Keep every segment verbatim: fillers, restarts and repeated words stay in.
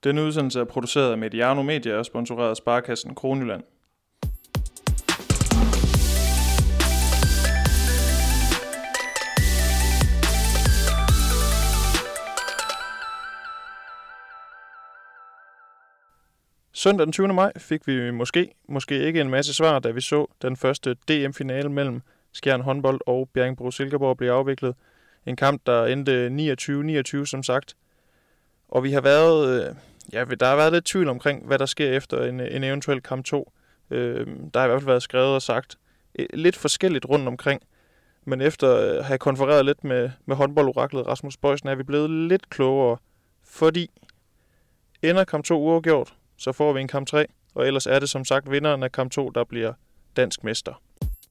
Denne udsendelse er produceret af Mediano Media og sponsoreret af Sparekassen Kronjylland. Søndag den tyvende maj fik vi måske, måske ikke en masse svar, da vi så den første D M-finale mellem Skjern Håndbold og Bjerringbro-Silkeborg blive afviklet. En kamp, der endte niogtyve niogtyve som sagt. Og vi har været, ja, der har været lidt tvivl omkring, hvad der sker efter en, en eventuel kamp to. Øh, der har i hvert fald været skrevet og sagt lidt forskelligt rundt omkring. Men efter at have konfereret lidt med, med håndboldoraklet Rasmus Boysen, er vi blevet lidt klogere. Fordi ender kamp to uafgjort, så får vi en kamp tre. Og ellers er det som sagt vinderen af kamp to, der bliver dansk mester.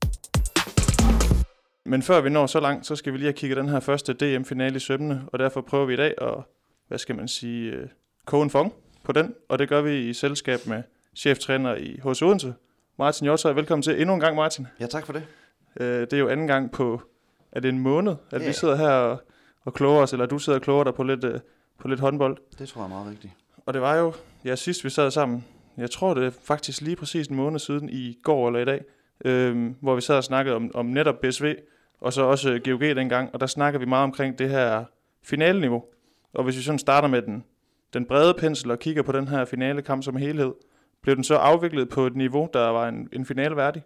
Men før vi når så langt, så skal vi lige have kigget den her første D M-finale i sømmene. Og derfor prøver vi i dag at, hvad skal man sige, øh, koge en fong på den. Og det gør vi i selskab med cheftræner i H C Odense, Martin Hjortøj. Velkommen til endnu en gang, Martin. Ja, tak for det. Øh, det er jo anden gang på, er det en måned, at yeah. vi sidder her og, og kloger os, eller du sidder og kloger dig på lidt, øh, på lidt håndbold. Det tror jeg er meget rigtigt. Og det var jo, ja, sidst vi sad sammen, jeg tror det er faktisk lige præcis en måned siden, i går eller i dag, øh, hvor vi sad og snakkede om, om netop B S V, og så også G O G dengang, og der snakker vi meget omkring det her finaleniveau. Og hvis vi sådan starter med den, den brede pensel og kigger på den her finalekamp som helhed, blev den så afviklet på et niveau, der var en, en finale værdig?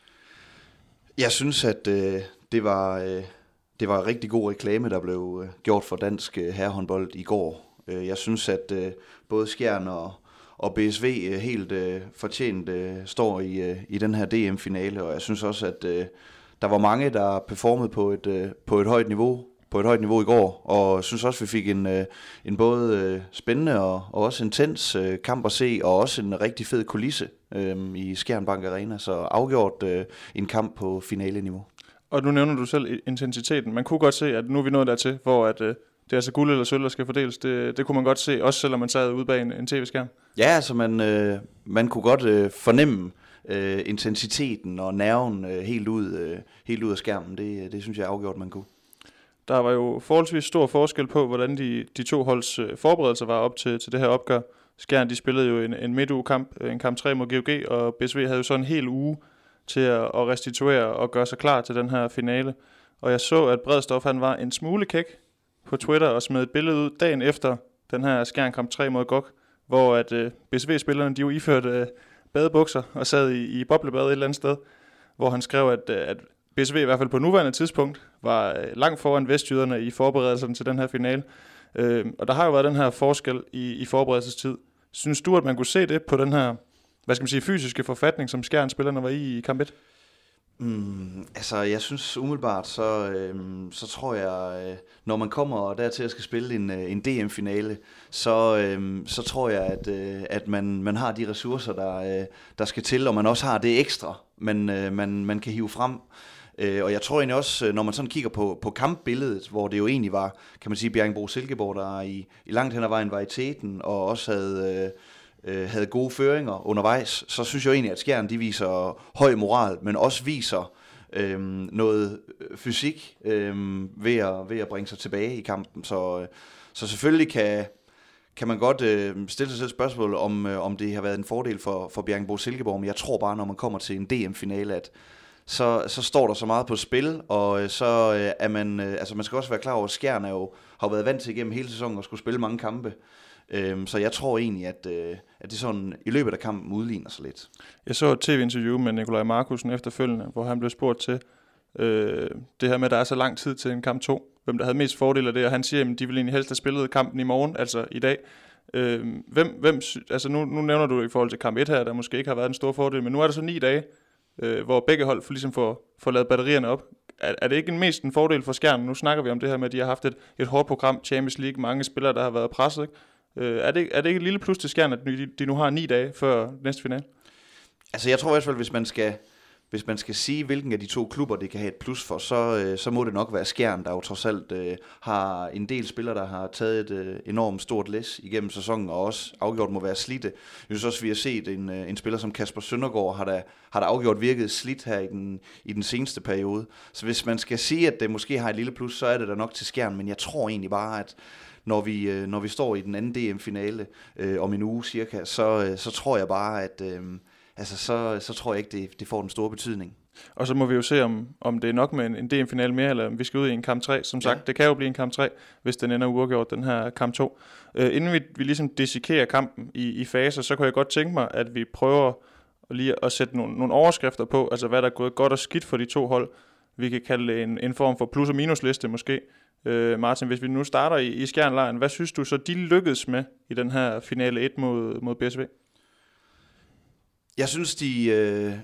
Jeg synes, at øh, det var øh, det var en rigtig god reklame, der blev øh, gjort for dansk øh, herrehåndbold i går. Øh, jeg synes, at øh, både Skjern og, og B S V øh, helt øh, fortjent øh, står i, øh, i den her D M-finale, og jeg synes også, at øh, der var mange, der performede på et, øh, på et højt niveau, på et højt niveau i går, og jeg synes også, vi fik en, øh, en både øh, spændende og, og også intens øh, kamp at se, og også en rigtig fed kulisse øh, i Skjern Bank Arena, så afgjort øh, en kamp på finaleniveau. Og nu nævner du selv intensiteten. Man kunne godt se, at nu er vi nået dertil, hvor at, øh, det er altså guld eller sølv, der skal fordeles. Det, det kunne man godt se, også selvom man sad ude bag en, en tv-skærm. Ja, altså man, øh, man kunne godt øh, fornemme øh, intensiteten og nerven øh, helt, ud, øh, helt ud af skærmen. Det, det synes jeg afgjort, man kunne. Der var jo forholdsvis stor forskel på, hvordan de, de to holds forberedelser var op til, til det her opgør. Skjern, de spillede jo en, en midtugekamp, en kamp tre mod G O G, og B S V havde jo så en hel uge til at, at restituere og gøre sig klar til den her finale. Og jeg så, at Bredstof, han var en smule kæk på Twitter og smed et billede ud dagen efter den her Skjern kamp tre mod G O G, hvor at uh, B S V-spillerne, de jo iførte uh, badebukser og sad i, i boblebad et eller andet sted, hvor han skrev, at, uh, at B S V i hvert fald på nuværende tidspunkt var langt foran vestjyderne i forberedelserne til den her finale. Øh, og der har jo været den her forskel i, i forberedelsestid. Synes du, at man kunne se det på den her, hvad skal man sige, fysiske forfatning, som Skjern-spillerne var i i kamp et? Mm, altså, jeg synes umiddelbart, så, øh, så tror jeg, øh, når man kommer dertil at skal spille en, en D M-finale, så, øh, så tror jeg, at, øh, at man, man har de ressourcer, der, øh, der skal til, og man også har det ekstra, man, øh, man, man kan hive frem. Øh, og jeg tror egentlig også, når man sådan kigger på, på kampbilledet, hvor det jo egentlig var, kan man sige, Bjerringbro-Silkeborg, der i, i langt hen ad vejen var i teten, og også havde... Øh, havde gode føringer undervejs, så synes jeg egentlig, at Skjern, de viser høj moral, men også viser øh, noget fysik øh, ved, at, ved at bringe sig tilbage i kampen. Så, øh, så selvfølgelig kan, kan man godt øh, stille sig selv spørgsmål, om, øh, om det har været en fordel for, for Bjerringbro-Silkeborg, men jeg tror bare, når man kommer til en D M-finale, at så, så står der så meget på spil, og øh, så øh, er man, øh, altså man skal også være klar over, at Skjern er jo, har været vant til igennem hele sæsonen at skulle spille mange kampe. Så jeg tror egentlig, at, at det sådan i løbet af kampen udligner sig lidt. Jeg så et tv-interview med Nikolaj Markusen efterfølgende, hvor han blev spurgt til øh, det her med, at der er så lang tid til en kamp to. Hvem der havde mest fordel af det, og han siger, at de ville egentlig helst have spillet kampen i morgen, altså i dag. Øh, hvem, hvem, altså nu, nu nævner du i forhold til kamp et her, der måske ikke har været en stor fordel, men nu er der så ni dage, øh, hvor begge hold for, ligesom får, får lavet batterierne op. Er, er det ikke en mest en fordel for Skjern? Nu snakker vi om det her med, at de har haft et, et hårdt program, Champions League, mange spillere, der har været presset, ikke? Øh, er, det, er det ikke et lille plus til Skjern, at de, de nu har ni dage før næste finale? Altså jeg tror i hvert fald, hvis man skal, hvis man skal sige, hvilken af de to klubber, det kan have et plus for, så, øh, så må det nok være Skjern, der jo trods alt øh, har en del spillere, der har taget et øh, enormt stort læs igennem sæsonen, og også afgjort må være slidte. Jeg synes også, vi har set en, øh, en spiller som Kasper Søndergaard, har der, har der afgjort virket slidt her i den, i den seneste periode. Så hvis man skal sige, at det måske har et lille plus, så er det da nok til Skjern, men jeg tror egentlig bare, at når vi, øh, når vi står i den anden D M-finale øh, om en uge cirka, så, øh, så tror jeg bare, at... Øh, Altså, så, så tror jeg ikke, det, det får den store betydning. Og så må vi jo se, om, om det er nok med en, en D M-finale mere, eller om vi skal ud i en kamp tre. Som sagt, ja. Det kan jo blive en kamp tre, hvis den ender uafgjort, den her kamp to. Uh, inden vi, vi ligesom dissekerer kampen i, i faser, så kunne jeg godt tænke mig, at vi prøver lige at sætte nogle, nogle overskrifter på, altså hvad der er gået godt og skidt for de to hold. Vi kan kalde det en, en form for plus- og minusliste måske. Uh, Martin, hvis vi nu starter i, i Skjern-lejren, hvad synes du så, de lykkedes med i den her finale et mod, mod B S V? Jeg synes, de øh,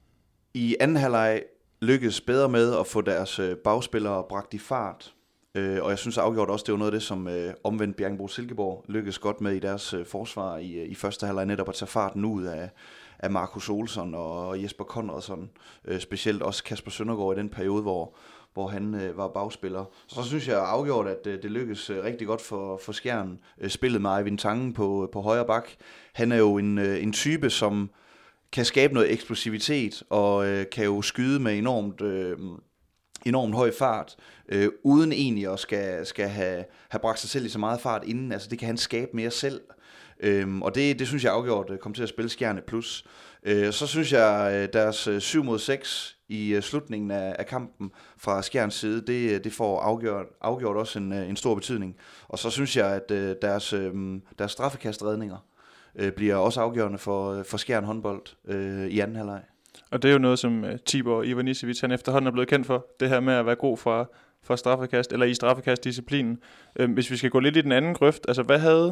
i anden halvleg lykkedes bedre med at få deres øh, bagspillere bragt i fart. Øh, og jeg synes afgjort også, det var noget af det, som øh, omvendt Bjerringbro-Silkeborg lykkedes godt med i deres øh, forsvar i, øh, i første halvleg, netop at tage farten ud af, af Markus Olsson og Jesper Konradsson. Øh, specielt også Kasper Søndergaard i den periode, hvor, hvor han øh, var bagspiller. Så synes jeg afgjort, at øh, det lykkedes øh, rigtig godt for, for Skjern. Øh, spillet med Eivind Tangen på, på højre bak. Han er jo en, øh, en type, som kan skabe noget eksplosivitet, og øh, kan jo skyde med enormt, øh, enormt høj fart, øh, uden egentlig at skal, skal have, have bragt sig selv i så meget fart inden. Altså det kan han skabe mere selv, øh, og det, det synes jeg afgjort kom til at spille Skjern et plus. Øh, så synes jeg, deres syv mod seks i øh, slutningen af, af kampen fra Skjerns side, det, det får afgjort, afgjort også en, en stor betydning. Og så synes jeg, at øh, deres, øh, deres straffekastredninger bliver også afgørende for, for Skjern håndbold øh, i anden halvleg. Og det er jo noget, som uh, Tibor Ivanisevic, han efterhånden er blevet kendt for, det her med at være god fra, fra straffekast, eller i straffekastdisciplinen. Øh, hvis vi skal gå lidt i den anden grøft, altså hvad havde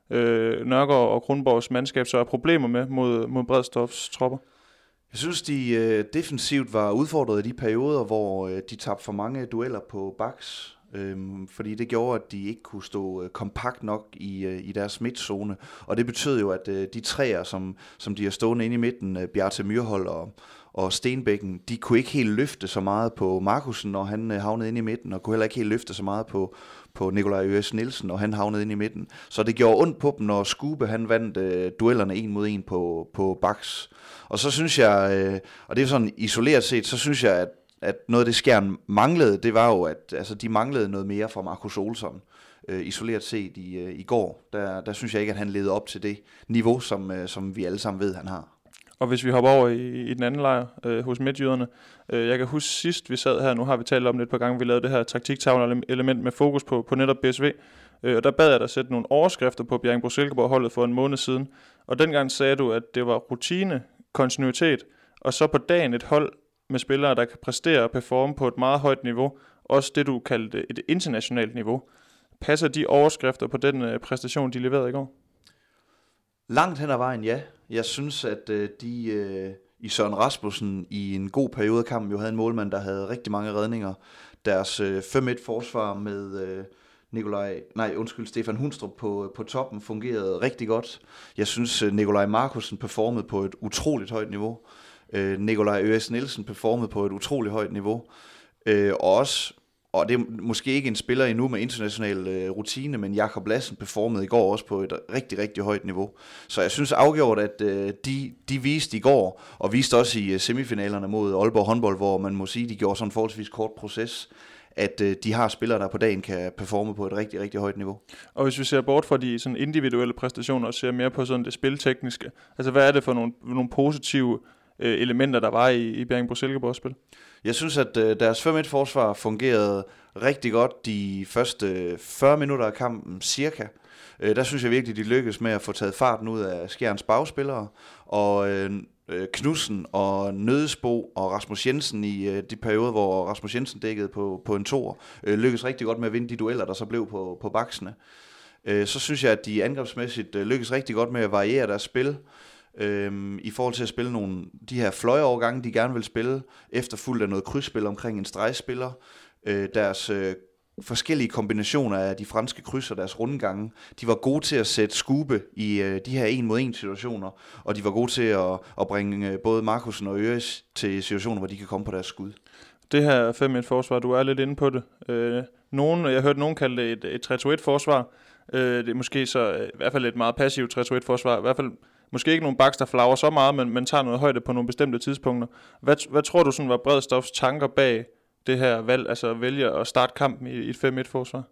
øh, Nørgaard og Kronborgs mandskab så er problemer med mod, mod Bredstofs tropper? Jeg synes, de øh, defensivt var udfordret i de perioder, hvor øh, de tabte for mange dueller på baks. Øhm, fordi det gjorde, at de ikke kunne stå øh, kompakt nok i, øh, i deres midtzone. Og det betød jo, at øh, de træer, som, som de har stående inde i midten, øh, Bjarte Myrhold og, og Stenbækken, de kunne ikke helt løfte så meget på Markusen, når han øh, havnede inde i midten, og kunne heller ikke helt løfte så meget på, på Nikolaj Øres Nielsen, når han havnede inde i midten. Så det gjorde ondt på dem, når Skube han vandt øh, duellerne en mod en på, på baks. Og så synes jeg, øh, og det er sådan isoleret set, så synes jeg, at at noget af det Skjern manglede, det var jo, at altså, de manglede noget mere fra Markus Olsson, øh, isoleret set i, øh, i går. Der, der synes jeg ikke, at han levede op til det niveau, som, øh, som vi alle sammen ved, han har. Og hvis vi hopper over i, i den anden lejr øh, hos midtjyderne, øh, jeg kan huske sidst vi sad her, nu har vi talt om det et par gange, vi lavede det her taktiktavle-element med fokus på, på netop B S V, øh, og der bad jeg dig sætte nogle overskrifter på Bjerringbro-Silkeborg-holdet for en måned siden, og dengang sagde du, at det var rutine, kontinuitet, og så på dagen et hold med spillere, der kan præstere og performe på et meget højt niveau, også det du kaldte et internationalt niveau. Passer de overskrifter på den øh, præstation, de leverede i går? Langt hen ad vejen, ja. Jeg synes, at øh, de øh, i Søren Rasmussen i en god periode af kampen jo havde en målmand, der havde rigtig mange redninger. Deres øh, fem et forsvar med øh, Nikolaj, nej, undskyld, Stefan Hundstrup på, på toppen fungerede rigtig godt. Jeg synes, øh, Nikolaj Markusen performede på et utroligt højt niveau. Øh, Nikolaj Øres Nielsen performede på et utroligt højt niveau. Øh, og også, og det er måske ikke en spiller endnu med international øh, rutine, men Jakob Lassen performede i går også på et rigtig, rigtig højt niveau. Så jeg synes afgjort, at øh, de, de viste i går, og viste også i øh, semifinalerne mod Aalborg håndbold, hvor man må sige, de gjorde sådan en forholdsvis kort proces, at øh, de har spillere, der på dagen kan performe på et rigtig, rigtig højt niveau. Og hvis vi ser bort fra de sådan individuelle præstationer og ser mere på sådan det spiltekniske, altså hvad er det for nogle, nogle positive øh, elementer, der var i, i Bjerringbro-Silkeborgs spil? Jeg synes, at øh, deres fem et forsvar fungerede rigtig godt de første fyrre minutter af kampen, cirka. Øh, der synes jeg virkelig, de lykkedes med at få taget farten ud af Skjerns bagspillere, og øh, Knudsen og Nødesbo og Rasmus Jensen i øh, de perioder, hvor Rasmus Jensen dækkede på, på en toer, øh, lykkedes rigtig godt med at vinde de dueller, der så blev på, på baksene. Øh, så synes jeg, at de angrebsmæssigt øh, lykkedes rigtig godt med at variere deres spil, Øhm, i forhold til at spille nogle de her fløjeovergange, de gerne vil spille, efterfulgt af noget krydsspil omkring en stregspiller. Øh, deres øh, forskellige kombinationer af de franske kryds og deres rundgange. De var gode til at sætte skube i øh, de her en mod en situationer, og de var gode til at, at bringe øh, både Markusen og Øres til situationer, hvor de kan komme på deres skud. Det her fem et forsvar, du er lidt inde på det. Øh, nogen, jeg har hørt nogen kalde det et, et tre to et forsvar. Øh, det er måske så øh, i hvert fald et meget passivt tre to et forsvar. I hvert fald måske ikke nogen backs, der flagrer så meget, men, men tager noget højde på nogle bestemte tidspunkter. Hvad, hvad tror du sådan var Bredstofs tanker bag det her valg, altså at vælge at starte kampen i, i et fem et forsvar?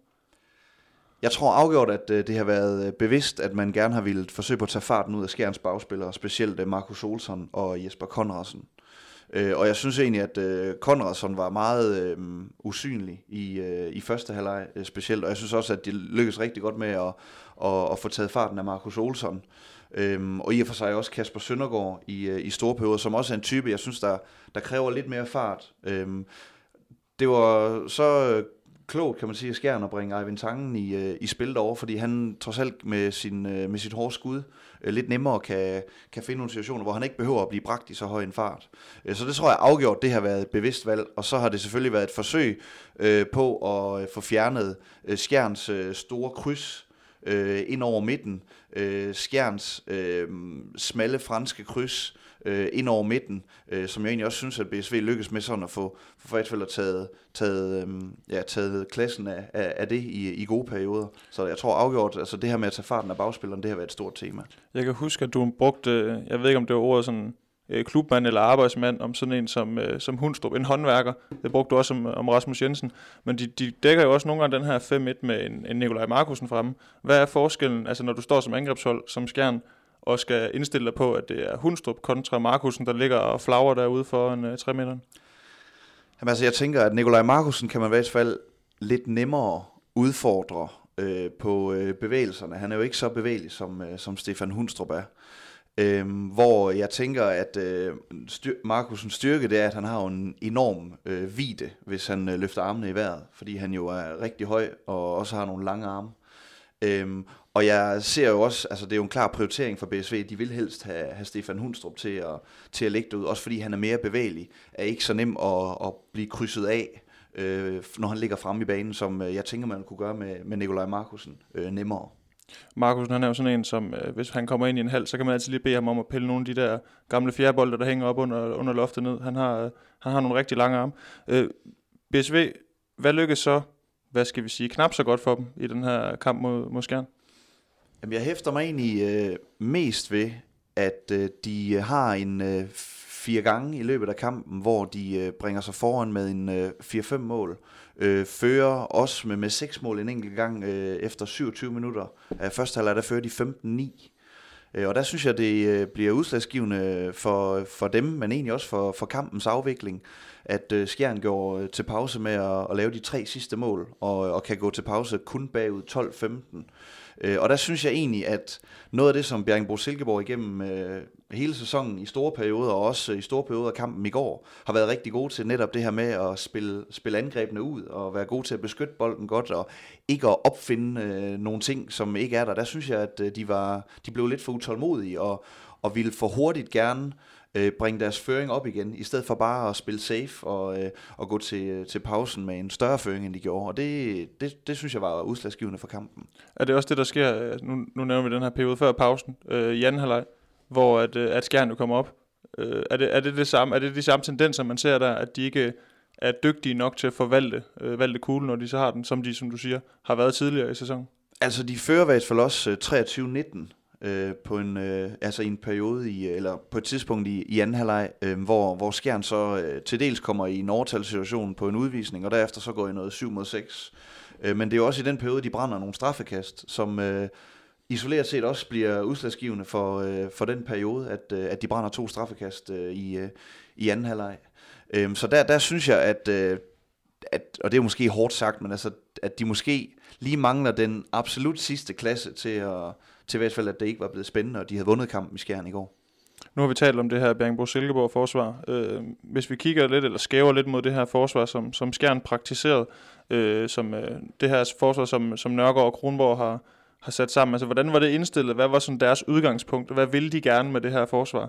Jeg tror afgjort, at øh, det har været bevidst, at man gerne har ville forsøge på at tage farten ud af Skjerns bagspillere, specielt øh, Markus Olsson og Jesper Conradsen. Øh, og jeg synes egentlig, at øh, Conradsen var meget øh, usynlig i, øh, i første halvleg øh, specielt, og jeg synes også, at det lykkedes rigtig godt med at, at, at få taget farten af Markus Olsson. Øhm, og i og for sig også Kasper Søndergaard i, øh, i store perioder, som også er en type, jeg synes, der, der kræver lidt mere fart. Øhm, det var så øh, klogt, kan man sige, at Skjern at bringe Eivind Tangen i, øh, i spil derovre, fordi han trods alt med, sin, øh, med sit hårde skud øh, lidt nemmere kan, kan finde nogle situationer, hvor han ikke behøver at blive bragt i så høj en fart. Øh, så det tror jeg afgjort, det har været et bevidst valg, og så har det selvfølgelig været et forsøg øh, på at øh, få fjernet øh, Skjerns øh, store kryds øh, ind over midten, øh, Skjerns øh, smalle franske kryds øh, ind over midten, øh, som jeg egentlig også synes, at B S V lykkes med sådan at få for at taget, taget, øh, ja, taget klassen af, af, af det i, i gode perioder. Så jeg tror afgjort, altså det her med at tage farten af bagspilleren, det har været et stort tema. Jeg kan huske, at du brugte, jeg ved ikke om det var ordet sådan, klubmand eller arbejdsmand, om sådan en som, som Hundstrup, en håndværker. Det brugte du også om, om Rasmus Jensen. Men de, de dækker jo også nogle gange den her fem et med en, en Nikolaj Markusen fremme. Hvad er forskellen, altså når du står som angrebshold, som Skjern, og skal indstille dig på, at det er Hundstrup kontra Markusen, der ligger og flagrer derude for en uh, tre meter? Jamen altså, jeg tænker, at Nikolaj Markusen kan man i hvert fald lidt nemmere udfordre øh, på øh, bevægelserne. Han er jo ikke så bevægelig, som, øh, som Stefan Hundstrup er. Øhm, hvor jeg tænker, at øh, styr- Markusens styrke, det er, at han har en enorm øh, vide, hvis han øh, løfter armene i vejret, fordi han jo er rigtig høj, og også har nogle lange arme. Øhm, og jeg ser jo også, altså det er jo en klar prioritering for B S V, de vil helst have, have Stefan Hundstrup til at, til at lægge det ud, også fordi han er mere bevægelig, er ikke så nem at, at blive krydset af, øh, når han ligger fremme i banen, som øh, jeg tænker, man kunne gøre med, med Nikolaj Markusen øh, nemmere. Markusen, han er jo sådan en, som øh, hvis han kommer ind i en halv, så kan man altid lige bede ham om at pille nogle af de der gamle fjerbolde, der hænger op under, under loftet ned. Han har, øh, han har nogle rigtig lange arme. Øh, B S V, hvad lykkes så, hvad skal vi sige, knap så godt for dem i den her kamp mod, mod Skjern? Jamen, jeg hæfter mig egentlig øh, mest ved, at øh, de har en øh, fire gange i løbet af kampen, hvor de øh, bringer sig foran med en øh, fire fem mål. Øh, fører også med, med seks mål en enkelt gang øh, efter syvogtyve minutter. Af første halvleg der fører de femten ni. Øh, og der synes jeg, det øh, bliver udslagsgivende for, for dem, men egentlig også for, for kampens afvikling, at øh, Skjern går øh, til pause med at, at lave de tre sidste mål, og, og kan gå til pause kun bagud tolv femten. Øh, og der synes jeg egentlig, at noget af det, som Bjerringbro-Silkeborg igennem øh, hele sæsonen i store perioder, og også i store perioder af kampen i går, har været rigtig gode til netop det her med at spille, spille angrebene ud, og være gode til at beskytte bolden godt, og ikke at opfinde øh, nogle ting, som ikke er der. Der synes jeg, at øh, de, var, de blev lidt for utålmodige, og, og ville for hurtigt gerne øh, bringe deres føring op igen, i stedet for bare at spille safe, og, øh, og gå til, til pausen med en større føring, end de gjorde. Og det, det, det synes jeg var udslagsgivende for kampen. Er det også det, der sker, nu, nu nævner vi den her periode før pausen, øh, i anden halvleg, hvor at, at Skjern jo kommer op? Øh, er, det, er, det det samme, er det de samme tendenser, man ser der, at de ikke er dygtige nok til at forvalte øh, valgte kuglen, når de så har den, som de, som du siger, har været tidligere i sæsonen? Altså, de fører i hvert fald også treogtyve nitten øh, på en, øh, altså i en periode, i, eller på et tidspunkt i, i anden halvleg, øh, hvor, hvor Skjern så øh, til dels kommer i en overtalssituation på en udvisning, og derefter så går i noget syv mod seks. Øh, men det er jo også i den periode, de brænder nogle straffekast, som øh, isoleret set også bliver udslagsgivende for, øh, for den periode, at, øh, at de brænder to straffekast øh, i, øh, i anden halvleg. Øh, så der, der synes jeg, at, øh, at, og det er måske hårdt sagt, men altså, at de måske lige mangler den absolut sidste klasse til, at, til i hvert fald, at det ikke var blevet spændende, og de havde vundet kampen i Skjern i går. Nu har vi talt om det her Bjerringbro-Silkeborg forsvar. Øh, hvis vi kigger lidt, eller skæver lidt mod det her forsvar, som, som Skjern praktiserede, øh, som øh, det her forsvar, som, som Nørgaard og Kronborg har, har sat sammen. Altså, hvordan var det indstillet? Hvad var sådan deres udgangspunkt? Hvad ville de gerne med det her forsvar?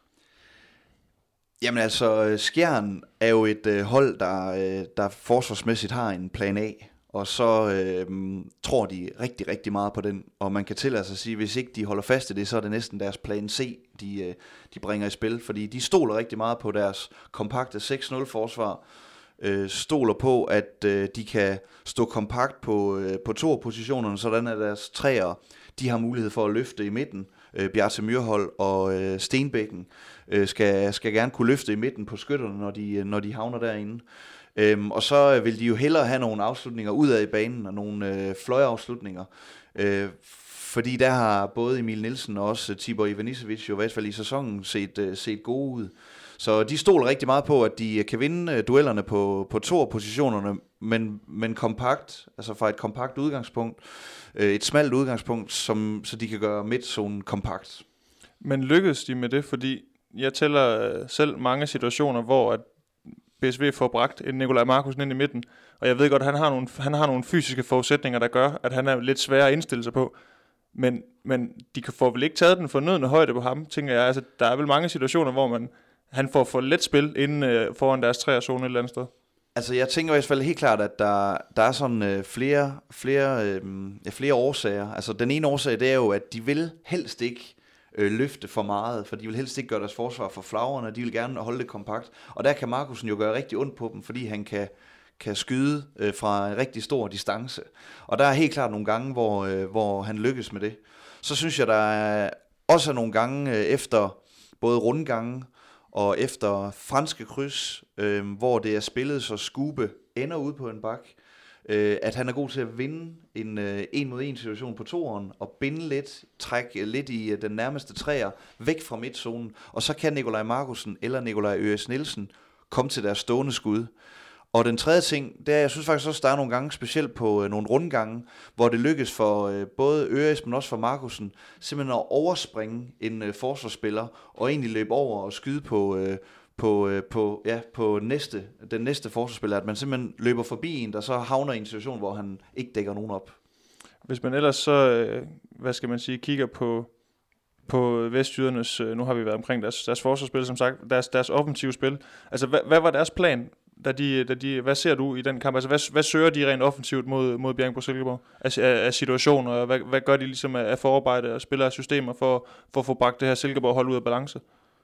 Jamen altså, Skjern er jo et øh, hold, der, øh, der forsvarsmæssigt har en plan A, Og så øh, tror de rigtig, rigtig meget på den. Og man kan tillade sig at sige, at hvis ikke de holder fast i det, så er det næsten deres plan C, de, øh, de bringer i spil. Fordi de stoler rigtig meget på deres kompakte seks nul forsvar. Øh, stoler på, at øh, de kan stå kompakt på, øh, på to-positionerne, sådan at deres træer, de har mulighed for at løfte i midten. Øh, Bjarte Myrhold og øh, Stenbækken øh, skal, skal gerne kunne løfte i midten på skytterne, når de, når de havner derinde. Øhm, og så vil de jo hellere have nogle afslutninger udad i banen, og nogle øh, fløjeafslutninger. Øh, fordi der har både Emil Nielsen og også Tibor Ivanisevic jo i hvert fald i sæsonen set, øh, set gode ud. Så de stoler rigtig meget på, at de kan vinde øh, duellerne på, på to-positionerne, men, men kompakt, altså fra et kompakt udgangspunkt, øh, et smalt udgangspunkt, som, så de kan gøre midtzonen kompakt. Men lykkedes de med det? Fordi jeg tæller selv mange situationer, hvor at B S V får bragt en Nikolaj Markussen ind i midten, og jeg ved godt, at han har nogle, han har nogle fysiske forudsætninger, der gør, at han er lidt svær at indstille sig på, men, men de får vel ikke taget den fornødne højde på ham, tænker jeg. Altså, der er vel mange situationer, hvor man, han får for let spil inden øh, foran deres træerzone et eller andet sted. Altså, jeg tænker i hvert fald helt klart, at der, der er sådan øh, flere, flere, øh, ja, flere årsager. Altså, den ene årsag, det er jo, at de vil helst ikke Øh, løfte for meget, for de vil helst ikke gøre deres forsvar for flagrende, de vil gerne holde det kompakt, og der kan Markussen jo gøre rigtig ondt på dem, fordi han kan, kan skyde øh, fra en rigtig stor distance, og der er helt klart nogle gange, hvor, øh, hvor han lykkes med det. Så synes jeg, der er også nogle gange øh, efter både rundgange og efter franske kryds, øh, hvor det er spillet, så Skube ender ude på en bak, øh, at han er god til at vinde en øh, en mod en situation på toeren, og binde lidt, trække lidt i øh, den nærmeste træer, væk fra midtzonen, og så kan Nikolaj Markussen eller Nikolaj Øres Nielsen komme til deres stående skud. Og den tredje ting, det er, jeg synes faktisk også, der er nogle gange, specielt på øh, nogle rundgange, hvor det lykkes for øh, både Øres, men også for Markussen, simpelthen at overspringe en øh, forsvarsspiller, og egentlig løbe over og skyde på, øh, på, øh, på, ja, på næste, den næste forsvarsspiller, at man simpelthen løber forbi en, der så havner i en situation, hvor han ikke dækker nogen op. Hvis man ellers så, øh, hvad skal man sige, kigger på, på Vestjydernes, øh, nu har vi været omkring deres, deres forsvarsspil, som sagt, deres, deres offensive spil. Altså, hvad, hvad var deres plan? Da de, da de, hvad ser du i den kamp? Altså, hvad, hvad søger de rent offensivt mod, mod Bjerringbro-Silkeborg af, af, af situationer? Og hvad, hvad gør de ligesom af, af forarbejde og spiller af systemer for, for at få bragt det her Silkeborg-hold ud af balance?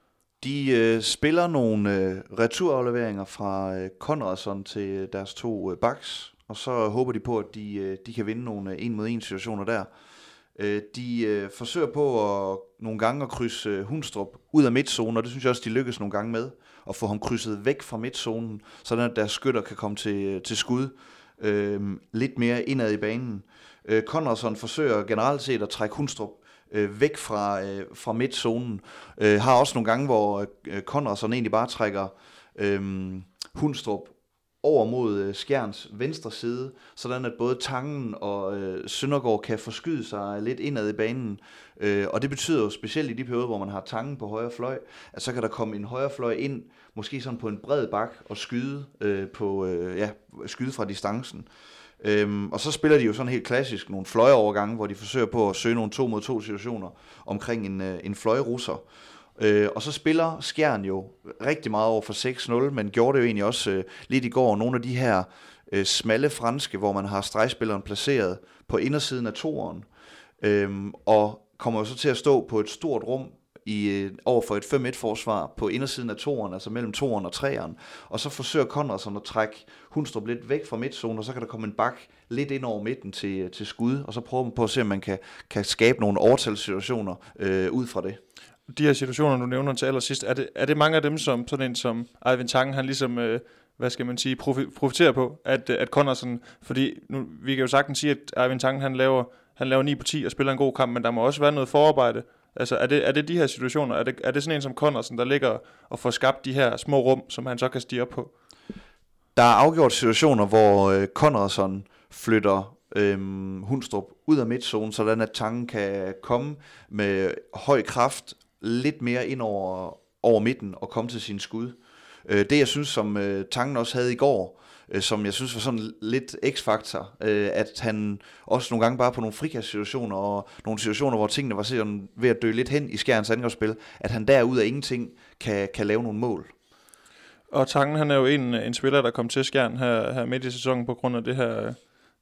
De øh, spiller nogle øh, returafleveringer fra øh, Konradsson til deres to øh, backs, og så håber de på, at de, øh, de kan vinde nogle øh, en mod en situationer der. Øh, de øh, forsøger på at nogle gange at krydse øh, Hundstrup ud af midtzonen, og det synes jeg også, de lykkes nogle gange med, at få ham krydset væk fra midtzonen, sådan at deres skytter kan komme til, til skud øh, lidt mere indad i banen. Øh, Konradsson forsøger generelt set at trække Hundstrup øh, væk fra, øh, fra midtzonen. Øh, har også nogle gange, hvor øh, Konradsson egentlig bare trækker øh, Hundstrup over mod øh, Skjerns venstre side, sådan at både Tangen og øh, Søndergaard kan forskyde sig lidt indad i banen. Øh, og det betyder jo specielt i de perioder, hvor man har Tangen på højre fløj, at så kan der komme en højre fløj ind, måske sådan på en bred bak, og skyde, øh, på, øh, ja, skyde fra distancen. Øhm, og så spiller de jo sådan helt klassisk nogle fløjeovergange, hvor de forsøger på at søge nogle to mod to situationer omkring en, øh, en fløjerusser. Øh, og så spiller Skjern jo rigtig meget over for seks nul, men gjorde det jo egentlig også øh, lidt i går. Nogle af de her øh, smalle franske, hvor man har stregspilleren placeret på indersiden af toeren, øh, og kommer jo så til at stå på et stort rum i, over for et fem et forsvar på indersiden af toeren, altså mellem toeren og treeren. Og så forsøger Konradsson at trække Hundstrup lidt væk fra midtzonen, og så kan der komme en bak lidt ind over midten til, til skud, og så prøver man på at se, om man kan, kan skabe nogle overtalssituationer øh, ud fra det. De her situationer, du nævner til allersidst, er det, er det mange af dem, som sådan en som Eivind Tangen, han ligesom, øh, hvad skal man sige, profi- profiterer på, at, at Konradsson, fordi nu, vi kan jo sagtens sige, at Eivind Tangen, han laver, han laver ni på ti og spiller en god kamp, men der må også være noget forarbejde. Altså, er det, er det de her situationer, er det, er det sådan en som Konradsson, der ligger og får skabt de her små rum, som han så kan stige op på? Der er afgjort situationer, hvor øh, Konradsson flytter øhm, Hundstrup ud af midtzonen, sådan at Tangen kan komme med høj kraft lidt mere ind over, over midten og komme til sin skud. Øh, det jeg synes, som øh, Tangen også havde i går, øh, som jeg synes var sådan lidt x-faktor, øh, at han også nogle gange bare på nogle frikastsituationer og nogle situationer, hvor tingene var sådan ved at dø lidt hen i Skjerns angrebsspil, at han derud af ingenting kan, kan lave nogle mål. Og Tangen, han er jo en, en spiller, der kom til Skjern her, her midt i sæsonen på grund af det her,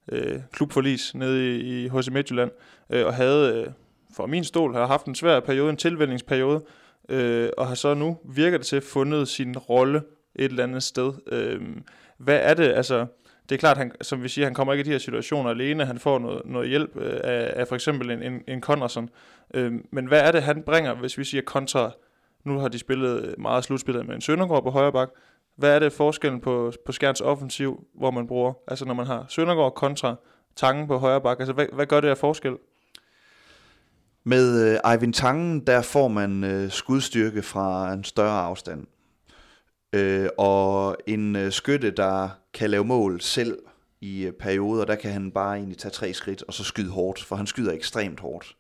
øh, klubforlis nede i, i H C Midtjylland, øh, og havde øh, for min stol har haft en svær periode, en tilvældningsperiode, øh, og har så nu, virker det til, fundet sin rolle et eller andet sted. Øh, hvad er det, altså, det er klart, han, som vi siger, han kommer ikke i de her situationer alene, han får noget, noget hjælp øh, af, af for eksempel en, en, en Conradsen, øh, men hvad er det, han bringer, hvis vi siger kontra, nu har de spillet meget slutspillet med en Søndergaard på højre bak, hvad er det forskellen på, på Skjerns offensiv, hvor man bruger, altså når man har Søndergaard kontra Tangen på højre bak, altså hvad, hvad gør det af forskel? Med øh, Eivind Tangen, der får man øh, skudstyrke fra en større afstand. Øh, og en øh, skytte, der kan lave mål selv i øh, perioder, der kan han bare egentlig tage tre skridt og så skyde hårdt, for han skyder ekstremt hårdt.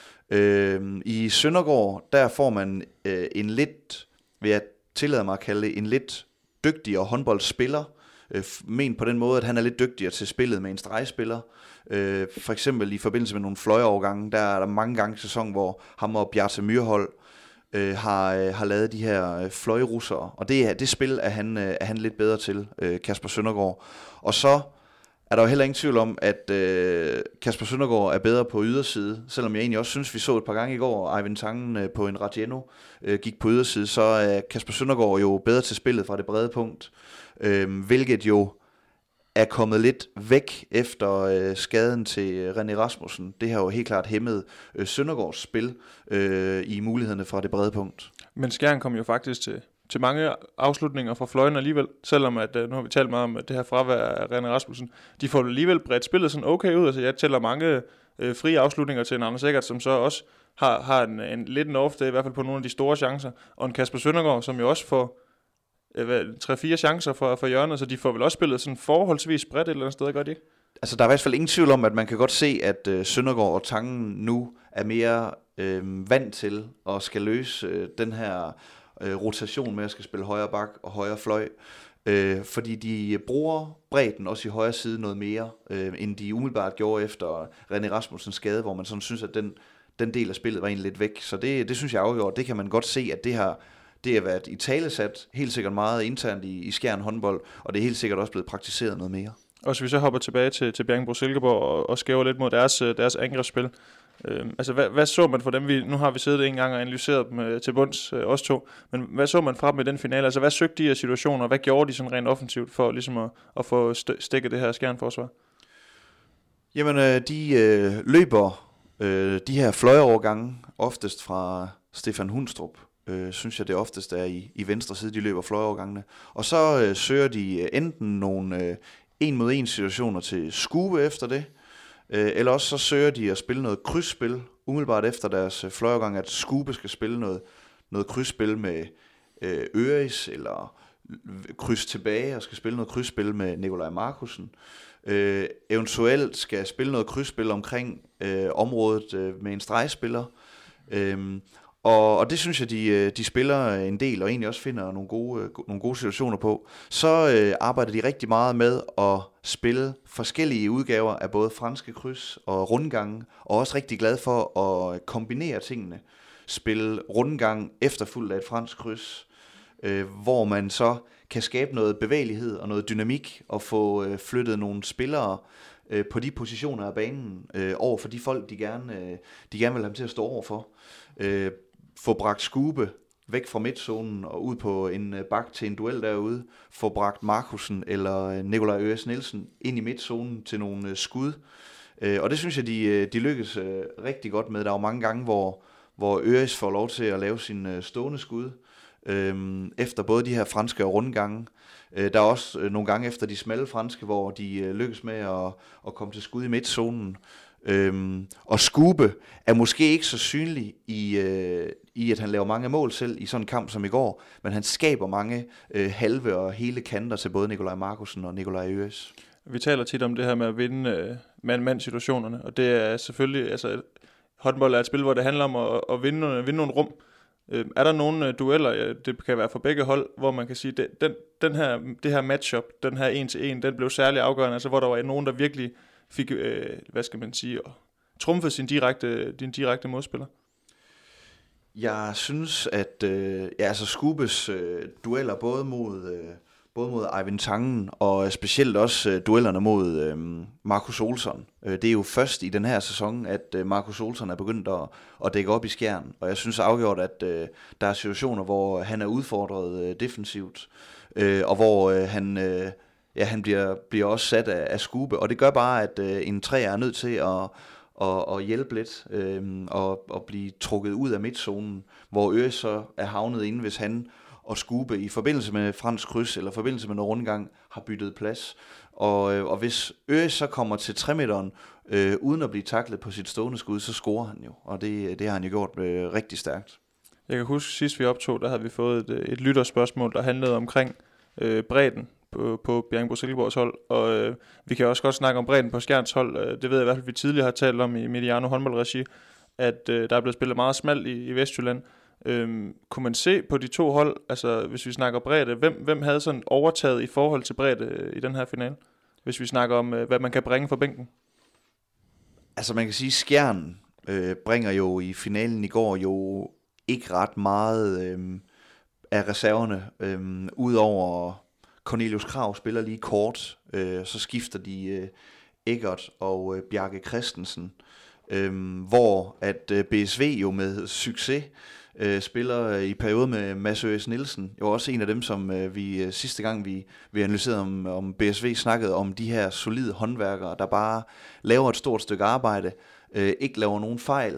Øh, I Søndergaard, der får man øh, en lidt, vil jeg tillade mig at kalde det, en lidt dygtigere håndboldspiller, øh, men på den måde, at han er lidt dygtigere til spillet med en stregspiller. Øh, for eksempel i forbindelse med nogle fløjeovergange, der er der mange gange i sæsonen, hvor ham og Bjarte Myrhold øh, har, øh, har lavet de her øh, fløjerussere, og det, det spil er han, øh, er han lidt bedre til, øh, Kasper Søndergaard. Og så er der jo heller ingen tvivl om, at øh, Kasper Søndergaard er bedre på yderside, selvom jeg egentlig også synes, vi så et par gange i går, Eivind Tangen øh, på en Radiano øh, gik på yderside, så er Kasper Søndergaard jo bedre til spillet fra det brede punkt, øh, hvilket jo er kommet lidt væk efter øh, skaden til René Rasmussen. Det har jo helt klart hæmmet øh, Søndergaards spil øh, i mulighederne fra det brede punkt. Men Skjern kom jo faktisk til, til mange afslutninger fra fløjen alligevel, selvom at, øh, nu har vi talt meget om at det her fravær af René Rasmussen. De får alligevel bredt spillet sådan okay ud. Altså jeg tæller mange øh, frie afslutninger til en Anders Eggert, som så også har, har en, en lidt en off day, i hvert fald på nogle af de store chancer. Og en Kasper Søndergaard, som jo også får tre-fire chancer for, for hjørnet, så de får vel også spillet sådan forholdsvis bredt et eller andet sted, gør de ikke? Altså der er i hvert fald ingen tvivl om, at man kan godt se, at øh, Søndergaard og Tangen nu er mere øh, vant til at skal løse øh, den her øh, rotation med at skal spille højre bak og højre fløj, øh, fordi de bruger bredden også i højre side noget mere, øh, end de umiddelbart gjorde efter René Rasmussens skade, hvor man sådan synes, at den, den del af spillet var egentlig lidt væk. Så det, det synes jeg afgjort, det kan man godt se, at det har Det har været i talesat helt sikkert meget internt i, i Skjern håndbold, og det er helt sikkert også blevet praktiseret noget mere. Og hvis vi så hopper tilbage til, til Bjerringbro Silkeborg og, og skæver lidt mod deres, deres angrebsspil. Øhm, altså hvad, hvad så man for dem? Vi, nu har vi siddet en gang og analyseret dem øh, til bunds, øh, os to. Men hvad så man fra dem i den finale? Altså hvad søgte de her situationer? Hvad gjorde de sådan rent offensivt for ligesom at, at få st- stikket det her Skjern-forsvar? Jamen øh, de øh, løber øh, de her fløjeovergange oftest fra Stefan Hundstrup. Øh, synes jeg det oftest er i, i venstre side, de løber fløjeovergangene. Og så øh, søger de øh, enten nogle øh, en mod en situationer til skube efter det, øh, eller også så søger de at spille noget krydsspil, umiddelbart efter deres øh, fløjeovergang, at skube skal spille noget, noget krydsspil med øh, Øris, eller kryds tilbage og skal spille noget krydsspil med Nikolaj Markussen. Øh, eventuelt skal spille noget krydsspil omkring øh, området øh, med en stregspiller. Øh, Og, og det synes jeg, de, de spiller en del, og egentlig også finder nogle gode, nogle gode situationer på. Så øh, arbejder de rigtig meget med at spille forskellige udgaver af både franske kryds og rundgange, og også rigtig glad for at kombinere tingene. Spille rundgang efterfulgt af et fransk kryds, øh, hvor man så kan skabe noget bevægelighed og noget dynamik, og få øh, flyttet nogle spillere øh, på de positioner af banen, øh, over for de folk, de gerne, øh, de gerne vil have dem til at stå overfor. Øh, få bragt skube væk fra midtzonen og ud på en øh, bak til en duel derude, få bragt Markussen eller øh, Nikolaj Øres Nielsen ind i midtzonen til nogle øh, skud. Øh, og det synes jeg, de, øh, de lykkes øh, rigtig godt med. Der er jo mange gange, hvor, hvor Øres får lov til at lave sin øh, stående skud, øh, efter både de her franske og rundgange. Øh, der er også øh, nogle gange efter de smalle franske, hvor de øh, lykkes med at, at komme til skud i midtzonen. Øhm, og Skube er måske ikke så synlig i, øh, i, at han laver mange mål selv i sådan en kamp som i går, men han skaber mange øh, halve og hele kanter til både Nikolaj Markussen og Nikolaj Øres. Vi taler tit om det her med at vinde øh, mand-mand-situationerne, og det er selvfølgelig, altså håndbold er et spil, hvor det handler om at, at vinde, vinde nogle rum. Øh, er der nogle øh, dueller, ja, det kan være for begge hold, hvor man kan sige, den, den, den her, det her matchup, den her en til en, den blev særlig afgørende, altså hvor der var nogen, der virkelig fik, øh, hvad skal man sige, trumfet sin direkte, din direkte modspiller? Jeg synes, at øh, ja, altså Skubes øh, dueller både mod, øh, både mod Eivind Tangen og specielt også øh, duellerne mod øh, Markus Olsson. Øh, det er jo først i den her sæson, at øh, Markus Olsson er begyndt at, at dække op i Skjern, og jeg synes afgjort, at øh, der er situationer, hvor han er udfordret øh, defensivt, øh, og hvor øh, han, øh, ja, han bliver, bliver også sat af, af skube, og det gør bare, at øh, en træer er nødt til at Og, og hjælpe lidt, øh, og, og blive trukket ud af midtzonen, hvor Øres så er havnet inde, hvis han og Skube i forbindelse med Frans kryds, eller forbindelse med en rundgang, har byttet plads. Og, øh, og hvis Øres så kommer til tre-meteren, øh, uden at blive taklet på sit stående skud, så scorer han jo, og det, det har han jo gjort øh, rigtig stærkt. Jeg kan huske, sidst vi optog, der havde vi fået et, et lytterspørgsmål, der handlede omkring øh, bredden på, på Bjerringbro-Silkeborgs hold, og øh, vi kan også godt snakke om bredden på Skjerns hold. Øh, det ved jeg i hvert fald, vi tidligere har talt om i Mediano håndboldregi, at øh, der er blevet spillet meget smalt i, i Vestjylland. Øh, kunne man se på de to hold, altså hvis vi snakker bredde, hvem, hvem havde sådan overtaget i forhold til bredde i den her finale? Hvis vi snakker om, øh, hvad man kan bringe fra bænken. Altså man kan sige, Skjern øh, bringer jo i finalen i går jo ikke ret meget øh, af reserverne, øh, udover Cornelius Krav spiller lige kort, øh, så skifter de øh, Eggert og øh, Bjarke Christensen, øh, hvor at øh, B S V jo med succes øh, spiller øh, i periode med Mads Øres Nielsen, jo også en af dem, som øh, vi øh, sidste gang vi, vi analyserede om, om B S V snakkede om de her solide håndværkere, der bare laver et stort stykke arbejde, øh, ikke laver nogen fejl,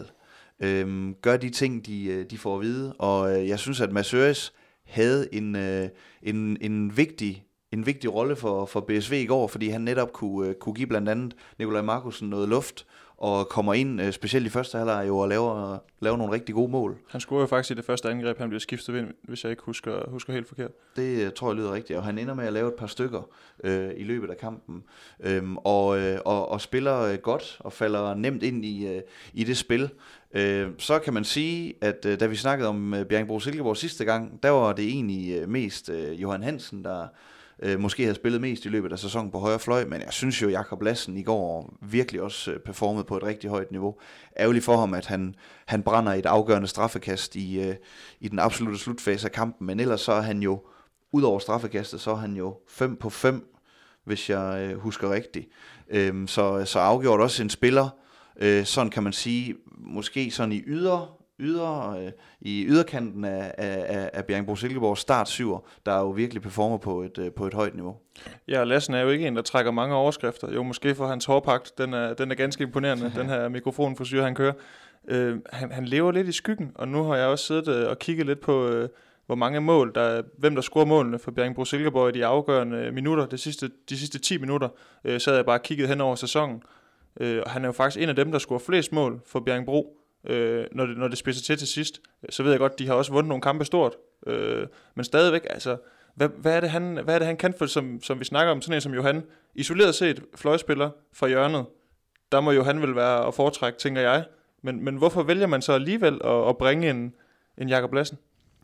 øh, gør de ting, de, de får at vide, og øh, jeg synes, at Mads Øres havde en, øh, en, en, vigtig, en vigtig rolle for, for B S V i går, fordi han netop kunne, øh, kunne give blandt andet Nikolaj Markusen noget luft, og kommer ind, øh, specielt i første halvleg jo, og laver, laver nogle rigtig gode mål. Han scorede jo faktisk i det første angreb, han bliver skiftet ind, hvis jeg ikke husker, husker helt forkert. Det øh, tror jeg lyder rigtigt, og han ender med at lave et par stykker øh, i løbet af kampen, øhm, og, øh, og, og spiller øh, godt, og falder nemt ind i, øh, i det spil. Øh, så kan man sige, at øh, da vi snakkede om øh, Bjerringbro-Silkeborg sidste gang, der var det egentlig øh, mest øh, Johan Hansen, der øh, måske havde spillet mest i løbet af sæsonen på højre fløj, men jeg synes jo, Jakob Lassen i går virkelig også øh, performede på et rigtig højt niveau. Ærgerligt for ham, at han, han brænder et afgørende straffekast i, øh, i den absolutte slutfase af kampen, men ellers så er han jo, ud over straffekastet, så er han jo fem på fem, hvis jeg øh, husker rigtigt. Øh, så, så afgjort også en spiller, øh, sådan kan man sige, måske sådan i yder, yder øh, i yderkanten af, af, af Bjerringbro-Silkeborgs startsyver, der jo virkelig performer på et, øh, på et højt niveau. Ja, Lassen er jo ikke en, der trækker mange overskrifter. Jo, måske for hans hårpagt, den er, den er ganske imponerende, den her mikrofonforsyre, han kører. Øh, han, han lever lidt i skyggen, og nu har jeg også siddet øh, og kigget lidt på, øh, hvor mange mål, der, hvem der scorer målene for Bjerringbro-Silkeborg i de afgørende minutter. De sidste, de sidste ti minutter øh, så havde jeg bare kigget hen over sæsonen. Øh, og han er jo faktisk en af dem, der scorer flest mål for Bjerringbro, øh, når, det, når det spidser til til sidst. Så ved jeg godt, de har også vundet nogle kampe stort. Øh, men stadigvæk, altså, hvad, hvad, er det, han, hvad er det, han kan for, som, som vi snakker om, sådan en som Johan? Isoleret set, fløjspiller fra hjørnet, der må Johan vel være at foretrække, tænker jeg. Men, men hvorfor vælger man så alligevel at, at bringe en, en Jakob Lassen?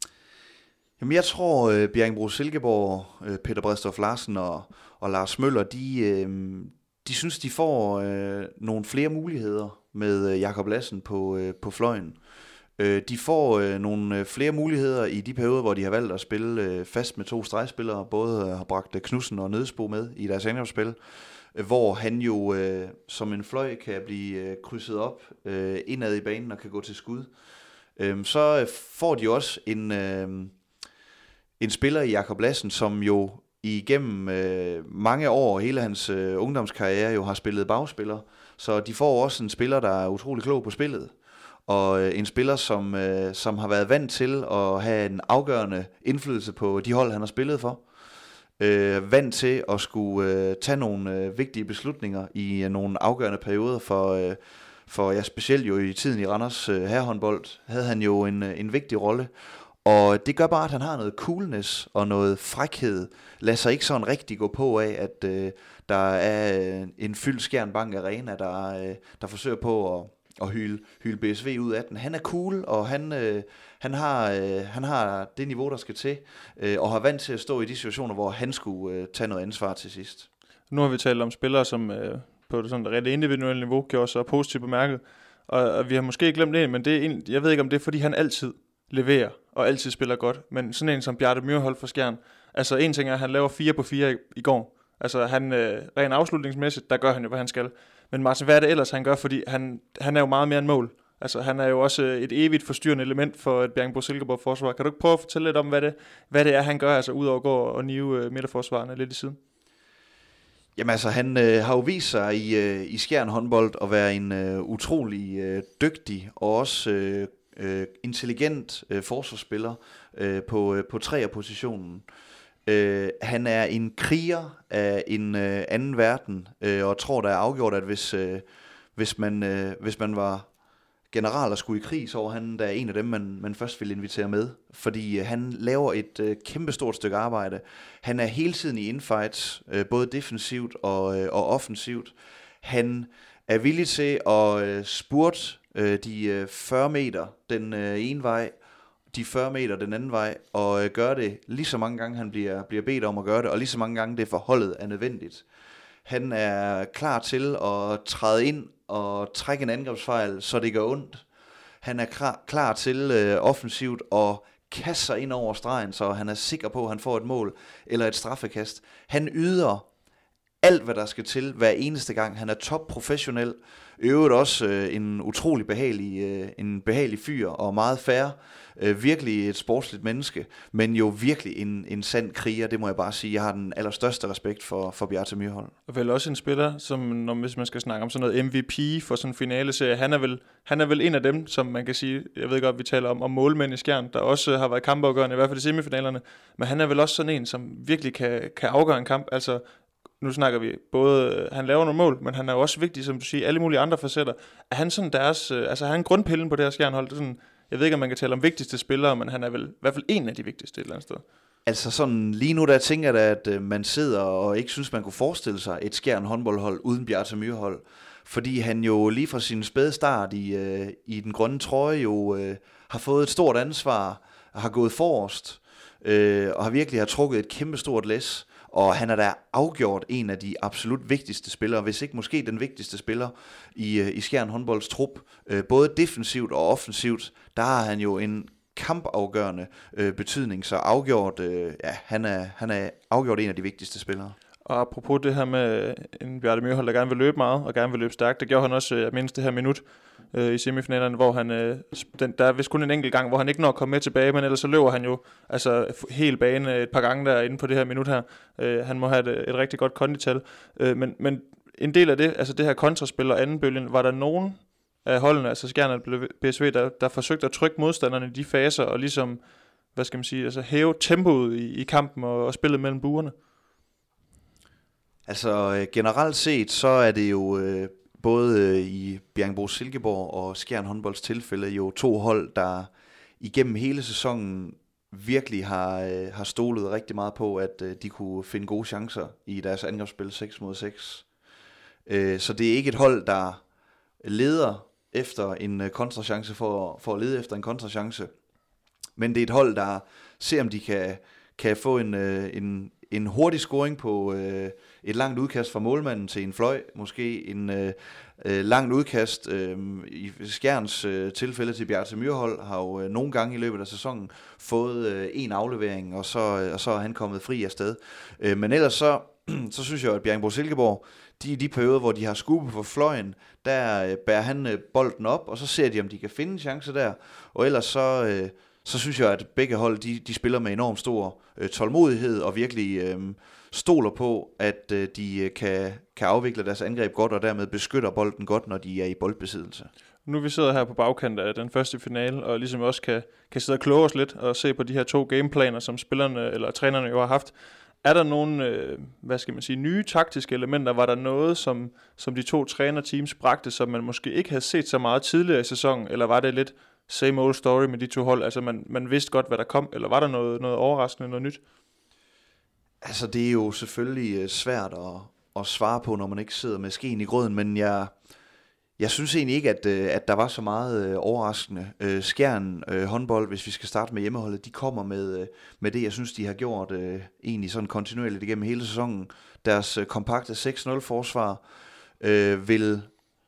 Jamen jeg tror, uh, Bjerringbro-Silkeborg, uh, Peter Bredstof Larsen og, og Lars Møller, de... Uh, De synes, de får øh, nogle flere muligheder med øh, Jakob Lassen på, øh, på fløjen. Øh, de får øh, nogle øh, flere muligheder i de perioder, hvor de har valgt at spille øh, fast med to stregspillere. Både øh, har bragt Knudsen og Nødsbo med i deres angrebsspil, øh, hvor han jo øh, som en fløj kan blive øh, krydset op øh, indad i banen og kan gå til skud. Øh, så øh, får de også en, øh, en spiller i Jakob Lassen, som jo igennem øh, mange år, hele hans øh, ungdomskarriere jo har spillet bagspiller, så de får også en spiller, der er utrolig klog på spillet, og øh, en spiller, som, øh, som har været vant til at have en afgørende indflydelse på de hold, han har spillet for, øh, vant til at skulle øh, tage nogle øh, vigtige beslutninger i øh, nogle afgørende perioder, for, øh, for ja, specielt jo i tiden i Randers øh, herrehåndbold, havde han jo en, en vigtig rolle. Og det gør bare, at han har noget coolness og noget frækhed. Lad sig ikke sådan rigtig gå på af, at øh, der er øh, en fyldt Skjern Bank Arena, der, øh, der forsøger på at, at hyle, hyle B S V ud af den. Han er cool, og han, øh, han, har, øh, han har det niveau, der skal til, øh, og har vant til at stå i de situationer, hvor han skulle øh, tage noget ansvar til sidst. Nu har vi talt om spillere, som øh, på det sådan rent individuelle niveau gjorde sig positivt bemærket, og, og vi har måske glemt det, men det er en, jeg ved ikke, om det er, fordi han altid leverer og altid spiller godt, men sådan en som Bjarte Myrhold fra Skjern, Altså en ting er, at han laver fire på fire i, i går. Altså han, øh, rent afslutningsmæssigt, der gør han jo, hvad han skal. Men Martin, hvad er det ellers, han gør? Fordi han, han er jo meget mere end mål. Altså han er jo også et evigt forstyrrende element for et Bjerringbro-Silkeborg-forsvar. Kan du ikke prøve at fortælle lidt om, hvad det, hvad det er, han gør, altså udover at gå og nive øh, midterforsvarerne lidt i siden? Jamen altså, han øh, har jo vist sig i, øh, i Skjern håndbold at være en øh, utrolig øh, dygtig og også øh, øh, intelligent øh, forsvarsspiller øh, på, øh, på træerpositionen. Øh, han er en kriger af en øh, anden verden, øh, og tror, der er afgjort, at hvis, øh, hvis, man, øh, hvis man var general og skulle i krig, så var han der er en af dem, man, man først ville invitere med. Fordi øh, han laver et øh, kæmpestort stykke arbejde. Han er hele tiden i infights, øh, både defensivt og, øh, og offensivt. Han er villig til at øh, spurte øh, de øh, fyrre meter den øh, ene vej, de fyrre meter den anden vej, og øh, gøre det lige så mange gange, han bliver, bliver bedt om at gøre det, og lige så mange gange det forholdet er nødvendigt. Han er klar til at træde ind og trække en angrebsfejl, så det gør ondt. Han er klar, klar til øh, offensivt at kaste sig ind over stregen, så han er sikker på, at han får et mål eller et straffekast. Han yder alt, hvad der skal til hver eneste gang. Han er top professionel. I øvrigt også øh, en utrolig behagelig, øh, en behagelig fyr og meget fair. Øh, virkelig et sportsligt menneske, men jo virkelig en, en sand kriger, det må jeg bare sige. Jeg har den allerstørste respekt for, for Bjarte Myrhold. Og vel også en spiller, som når, hvis man skal snakke om sådan noget M V P for sådan en finale-serie, han er, vel, han er vel en af dem, som man kan sige, jeg ved godt, vi taler om, om målmænd i Skjern, der også har været kampafgørende, i hvert fald i semifinalerne, men han er vel også sådan en, som virkelig kan, kan afgøre en kamp. Altså nu snakker vi både, han laver nogle mål, men han er jo også vigtig, som du siger, alle mulige andre facetter. Er han sådan deres, altså er han grundpillen på det her Skjernhold? Det er sådan, jeg ved ikke, om man kan tale om vigtigste spillere, men han er vel i hvert fald en af de vigtigste et eller andet sted. Altså sådan, lige nu der tænker jeg da, at man sidder og ikke synes, man kunne forestille sig et Skjern håndboldhold uden Bjarte Myrhold. Fordi han jo lige fra sin spæde start i, øh, i den grønne trøje jo øh, har fået et stort ansvar, har gået forrest, øh, og har virkelig har trukket et kæmpestort læs. Og han er da afgjort en af de absolut vigtigste spillere, hvis ikke måske den vigtigste spiller i, i Skjern håndbolds trup. Både defensivt og offensivt, der har han jo en kampafgørende øh, betydning, så afgjort, øh, ja, han er, han er afgjort en af de vigtigste spillere. Og apropos det her med en Bjarte Myrhold, der gerne vil løbe meget og gerne vil løbe stærkt, det gjorde han også, jeg mindes det her minut øh, i semifinalerne, hvor han, øh, den, der er vist kun en enkelt gang, hvor han ikke når at komme med tilbage, men ellers så løber han jo altså helt bane et par gange der inde på det her minut her. Øh, han må have et, et rigtig godt kondital. Øh, men, men en del af det, altså det her kontraspil og anden bølgen, var der nogen af holdene, altså Skjern og B S V, der, der forsøgte at trykke modstanderne i de faser og ligesom, hvad skal man sige, altså hæve tempoet i, i kampen og, og spillet mellem buerne? Altså generelt set, så er det jo øh, både øh, i Bjerringbro-Silkeborg og Skjern håndbolds tilfælde jo to hold, der igennem hele sæsonen virkelig har, øh, har stolet rigtig meget på, at øh, de kunne finde gode chancer i deres angrebsspil seks mod seks. Øh, så det er ikke et hold, der leder efter en øh, kontrachance for, for at lede efter en kontrachance, men det er et hold, der ser, om de kan, kan få en, øh, en En hurtig scoring på øh, et langt udkast fra målmanden til en fløj, måske en øh, øh, langt udkast øh, i Skjerns øh, tilfælde til Bjarte Myrhold, har jo øh, nogle gange i løbet af sæsonen fået øh, en aflevering, og så, øh, og så er han kommet fri afsted. Øh, men ellers så, så synes jeg, at Bjerringbro-Silkeborg, de i de perioder, hvor de har skubbet for fløjen, der øh, bærer han øh, bolden op, og så ser de, om de kan finde en chance der, og ellers så... Øh, så synes jeg, at begge hold, de, de spiller med enormt stor øh, tålmodighed og virkelig øh, stoler på, at øh, de kan, kan afvikle deres angreb godt og dermed beskytter bolden godt, når de er i boldbesiddelse. Nu vi sidder her på bagkant af den første finale, og ligesom også kan, kan sidde og kloge os lidt og se på de her to gameplaner, som spillerne eller trænerne jo har haft. Er der nogle, øh, hvad skal man sige, nye taktiske elementer? Var der noget, som, som de to trænerteams bragte, som man måske ikke havde set så meget tidligere i sæsonen, eller var det lidt same old story med de to hold? Altså man, man vidste godt, hvad der kom, eller var der noget, noget overraskende, noget nyt? Altså det er jo selvfølgelig svært at, at svare på, når man ikke sidder med skeen i grøden, men jeg, jeg synes egentlig ikke, at, at der var så meget overraskende. Skjern håndbold, hvis vi skal starte med hjemmeholdet, de kommer med, med det, jeg synes, de har gjort egentlig sådan kontinuerligt igennem hele sæsonen. Deres kompakte seks nul forsvar øh, vil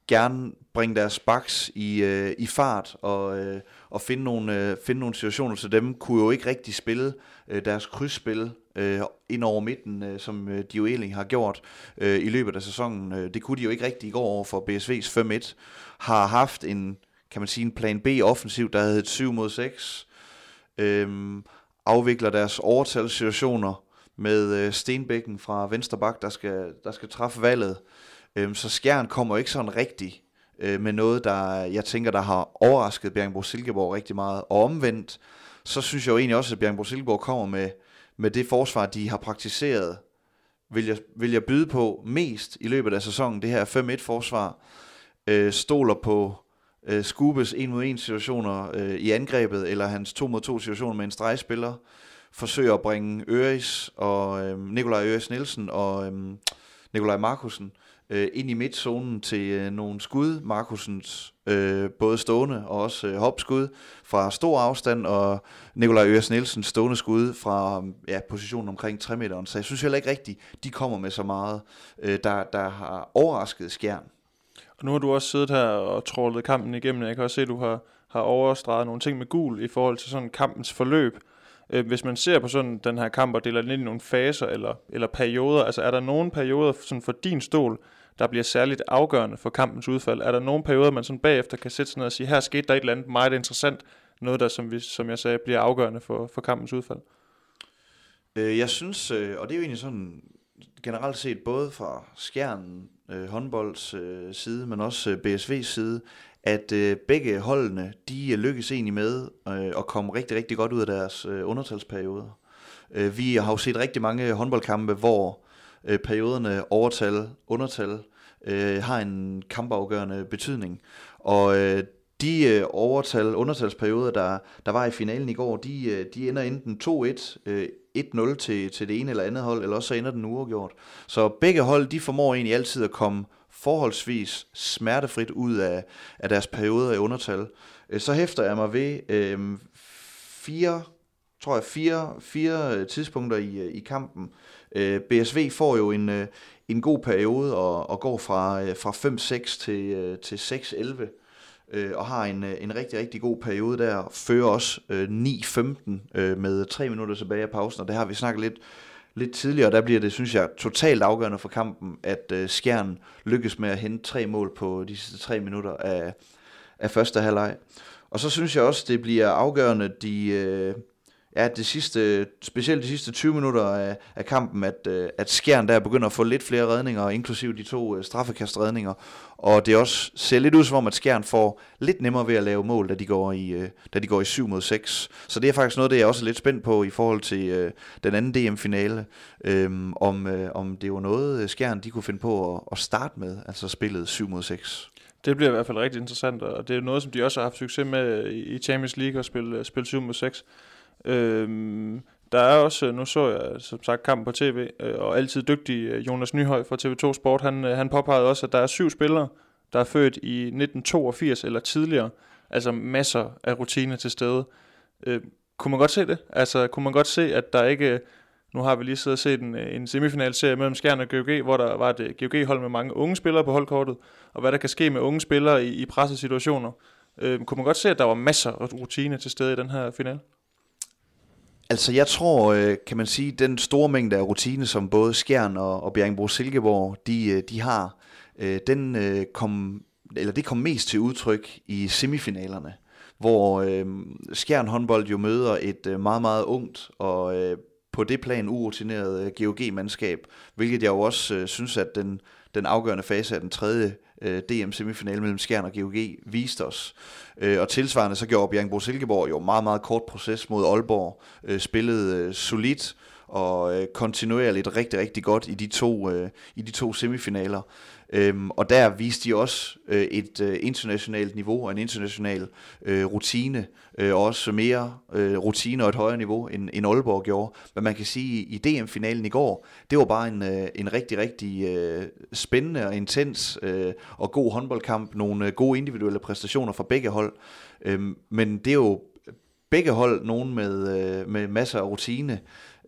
gerne bringe deres backs i, øh, i fart og, øh, og finde, nogle, øh, finde nogle situationer til dem, kunne jo ikke rigtig spille øh, deres krydsspil øh, ind over midten, øh, som øh, de jo egentlig har gjort øh, i løbet af sæsonen. Øh, det kunne de jo ikke rigtig i går over for B S V's fem et. Har haft en, kan man sige, en plan B offensiv, der havde et syv mod seks. Øh, afvikler deres overtalssituationer med øh, Stenbækken fra venstre bak, der skal, der skal træffe valget. Øh, så Skjern kommer ikke sådan rigtig øh, med noget, der jeg tænker, der har overrasket Bjerringbro-Silkeborg rigtig meget. Og omvendt, så synes jeg jo egentlig også, at Bjerringbro-Silkeborg kommer med, med det forsvar, de har praktiseret, vil jeg, vil jeg byde på mest i løbet af sæsonen. Det her fem et forsvar øh, stoler på øh, Skubes en mod en situationer øh, i angrebet, eller hans to mod to situationer med en stregspiller. Forsøger at bringe Øris og øh, Nikolaj Øris Nielsen og øh, Nikolaj Markusen øh, ind i midtzonen til øh, nogle skud. Markusens øh, både stående og også øh, hopskud fra stor afstand, og Nikolaj Øris Nielsens stående skud fra ja, positionen omkring tre meteren. Så jeg synes heller ikke rigtigt, de kommer med så meget, øh, der, der har overrasket Skjern. Og nu har du også siddet her og trålet kampen igennem. Jeg kan også se, at du har, har overstreget nogle ting med gul i forhold til sådan kampens forløb. Hvis man ser på sådan den her kamp og deler den ind i nogle faser eller, eller perioder, altså er der nogle perioder sådan for din stol, der bliver særligt afgørende for kampens udfald? Er der nogle perioder, man sådan bagefter kan sætte sig ned og sige, her skete der et eller andet meget interessant, noget der, som, vi, som jeg sagde, bliver afgørende for, for kampens udfald? Jeg synes, og det er jo egentlig sådan generelt set både fra Skjern håndbolds side, men også B S V's side, at øh, begge holdene, de lykkes egentlig med øh, at komme rigtig, rigtig godt ud af deres øh, undertalsperioder. Øh, vi har jo set rigtig mange håndboldkampe, hvor øh, perioderne overtal, undertal øh, har en kampafgørende betydning. Og øh, de øh, overtal, undertalsperioder, der, der var i finalen i går, de, øh, de ender enten to et, øh, et nul til, til det ene eller andet hold, eller også så ender den uafgjort. Så begge hold, de formår egentlig altid at komme forholdsvis smertefrit ud af, af deres perioder i undertal. Så hæfter jeg mig ved øh, fire, tror jeg, fire, fire tidspunkter i, i kampen. Øh, B S V får jo en, en god periode og, og går fra, fra fem seks til, til seks elleve. Øh, og har en, en rigtig, rigtig god periode der. Fører også øh, ni femten øh, med tre minutter tilbage af pausen, og det har vi snakket lidt Lidt tidligere, der bliver det, synes jeg, totalt afgørende for kampen, at øh, Skjern lykkes med at hente tre mål på de sidste tre minutter af, af første halvleg. Og så synes jeg også, det bliver afgørende de, øh, ja, det sidste, specielt de sidste tyve minutter af, af kampen, at, øh, at Skjern der begynder at få lidt flere redninger, inklusive de to øh, straffekastredninger. Og det også ser lidt ud som om, at Skjern får lidt nemmere ved at lave mål, da de går i, øh, da de går i syv mod seks. Så det er faktisk noget, det er jeg også lidt spændt på i forhold til øh, den anden D M-finale. Øh, om, øh, om det var noget, Skjern de kunne finde på at, at starte med, altså spillet syv mod seks. Det bliver i hvert fald rigtig interessant, og det er noget, som de også har haft succes med i Champions League at spille, spille syv mod seks. Øhm, der er også, nu så jeg som sagt kampen på tv, øh, og altid dygtig Jonas Nyhøj fra T V to Sport, han, han påpegede også, at der er syv spillere, der er født i nitten toogfirs eller tidligere, altså masser af rutine til stede. Øh, kunne man godt se det? Altså kunne man godt se, at der ikke, nu har vi lige siddet og set en, en semifinalserie mellem Skjern og G O G, hvor der var et G O G-hold med mange unge spillere på holdkortet, og hvad der kan ske med unge spillere i, i pressesituationer. Øh, kunne man godt se, at der var masser af rutine til stede i den her finale? Altså jeg tror, kan man sige, den store mængde af rutine, som både Skjern og, og Bjerringbro-Silkeborg, de, de har, den kom, eller det kom mest til udtryk i semifinalerne, hvor øh, Skjern håndbold jo møder et meget, meget ungt og øh, på det plan urutineret G O G-mandskab, hvilket jeg jo også øh, synes, at den, den afgørende fase af den tredje øh, D M-semifinale mellem Skjern og G O G viste os. Øh, og tilsvarende så gjorde Bjerringbro-Silkeborg jo meget, meget kort proces mod Aalborg, øh, spillede øh, solidt og øh, kontinuerligt rigtig, rigtig godt i de to, øh, i de to semifinaler. Øhm, og der viste de også øh, et øh, internationalt niveau og en international øh, rutine, øh, og også mere øh, rutine og et højere niveau, end, end Aalborg gjorde. Men man kan sige, i D M-finalen i går, det var bare en, øh, en rigtig, rigtig øh, spændende og intens øh, og god håndboldkamp. Nogle øh, gode individuelle præstationer fra begge hold. Øhm, men det er jo begge hold, nogen med, øh, med masser af rutine.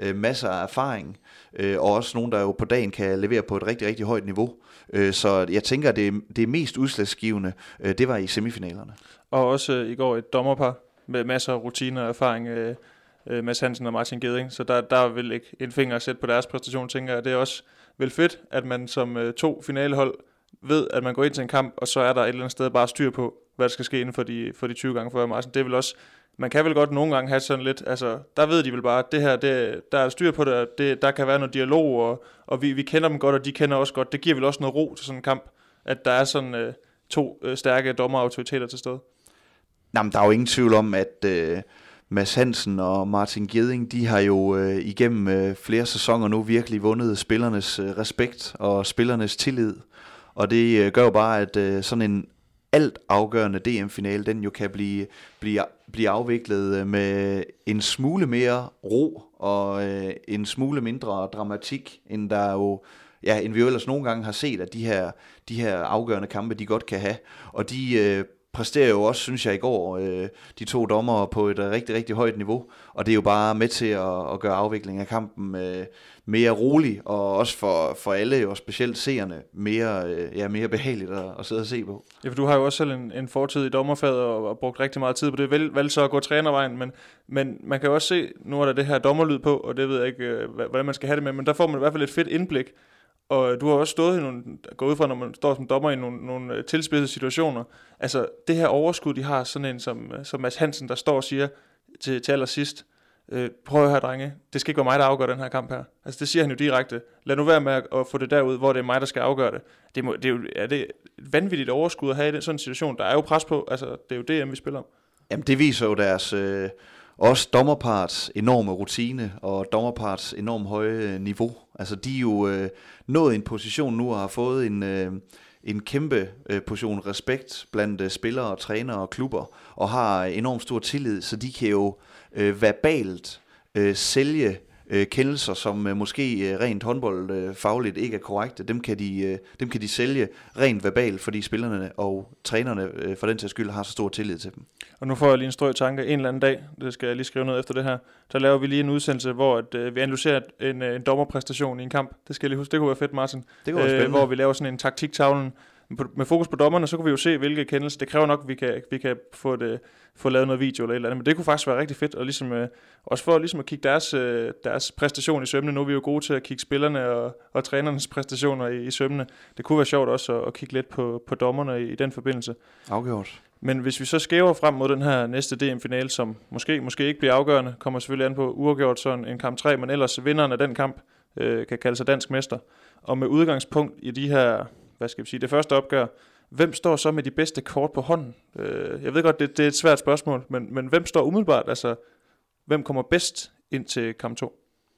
øh, masser af erfaring, øh, og også nogen, der jo på dagen kan levere på et rigtig, rigtig højt niveau. Øh, så jeg tænker, at det, det mest udslagsgivende, øh, det var i semifinalerne. Og også øh, i går et dommerpar med masser af rutiner og erfaring, øh, øh, Mads Hansen og Martin Geding, så der, der er vel ikke en finger at sætte på deres præstation, tænker jeg. Det er også vel fedt, at man som øh, to finalehold ved, at man går ind til en kamp, og så er der et eller andet sted bare styr på, hvad der skal ske inden for de, for de tyve gange før Martin. Det er vel også, man kan vel godt nogle gange have sådan lidt, altså der ved de vel bare, at det her, det, der er styr på det, det, der kan være noget dialog, og, og vi, vi kender dem godt, og de kender også godt. Det giver vel også noget ro til sådan en kamp, at der er sådan øh, to øh, stærke dommerautoriteter til stede. Jamen, der er jo ingen tvivl om, at øh, Mads Hansen og Martin Geding, de har jo øh, igennem øh, flere sæsoner nu virkelig vundet spillernes øh, respekt og spillernes tillid. Og det øh, gør jo bare, at øh, sådan en alt afgørende D M-finale, den jo kan blive, blive, blive afviklet øh, med en smule mere ro og øh, en smule mindre dramatik, end der jo, ja, end vi jo ellers nogle gange har set, at de her, de her afgørende kampe, de godt kan have. Og de øh, præsterer jo også, synes jeg, i går, øh, de to dommere på et øh, rigtig, rigtig højt niveau. Og det er jo bare med til at, at gøre afviklingen af kampen øh, mere rolig, og også for, for alle, og specielt seerne, mere, øh, ja, mere behageligt at, at sidde og se på. Ja, for du har jo også selv en, en fortid i dommerfaget, og, og brugt rigtig meget tid på det. Vel, vel så at gå trænervejen, men, men man kan jo også se, nu er der det her dommerlyd på, og det ved jeg ikke, øh, hvordan man skal have det med, men der får man i hvert fald et fedt indblik. Og du har også stået i nogle, gået ud fra, når man står som dommer i nogle, nogle tilspidsede situationer. Altså, det her overskud, de har, sådan en som, som Mads Hansen, der står og siger til, til allersidst, øh, prøv at høre, drenge, det skal ikke være mig, der afgør den her kamp her. Altså, det siger han jo direkte. Lad nu være med at, at få det derud, hvor det er mig, der skal afgøre det. Det, må, det er jo er det et vanvittigt overskud at have i den, sådan en situation. Der er jo pres på, altså, det er jo D M, vi spiller om. Jamen, det viser jo deres... Øh Også dommerparts enorme rutine og dommerparts enormt høje niveau. Altså de er jo øh, nået en position nu og har fået en, øh, en kæmpe øh, portion respekt blandt øh, spillere, trænere og klubber, og har enormt stor tillid, så de kan jo øh, verbalt øh, sælge øh, kendelser, som øh, måske øh, rent håndboldfagligt øh, ikke er korrekte. Dem kan, de, øh, dem kan de sælge rent verbalt, fordi spillerne og trænerne øh, for den til skyld har så stor tillid til dem. Og nu får jeg lige en strøg tanke. En eller anden dag, det skal jeg lige skrive noget efter det her, der laver vi lige en udsendelse, hvor at, øh, vi analyserer en, en dommerpræstation i en kamp. Det skal jeg lige huske. Det kunne være fedt, Martin. Det kunne være spændende. Øh, hvor vi laver sådan en taktiktavlen med fokus på dommerne, så kunne vi jo se, hvilke kendelser. Det kræver nok, at vi kan, vi kan få, det, få lavet noget video eller et eller andet, men det kunne faktisk være rigtig fedt, og ligesom, øh, også for ligesom at kigge deres, øh, deres præstation i sømmene. Nu er vi jo gode til at kigge spillerne og, og trænernes præstationer i, i sømmene. Det kunne være sjovt også at, at kigge lidt på, på dommerne i, i den forbindelse. Afgjort. Men hvis vi så skæver frem mod den her næste D M-finale, som måske, måske ikke bliver afgørende, kommer selvfølgelig an på uafgjort sådan en kamp tre, men ellers vinderen af den kamp øh, kan kalde sig dansk mester. Og med udgangspunkt i de her, hvad skal vi sige, det første opgør, hvem står så med de bedste kort på hånden? Øh, jeg ved godt, det, det er et svært spørgsmål, men, men hvem står umiddelbart? Altså, hvem kommer bedst ind til kamp to?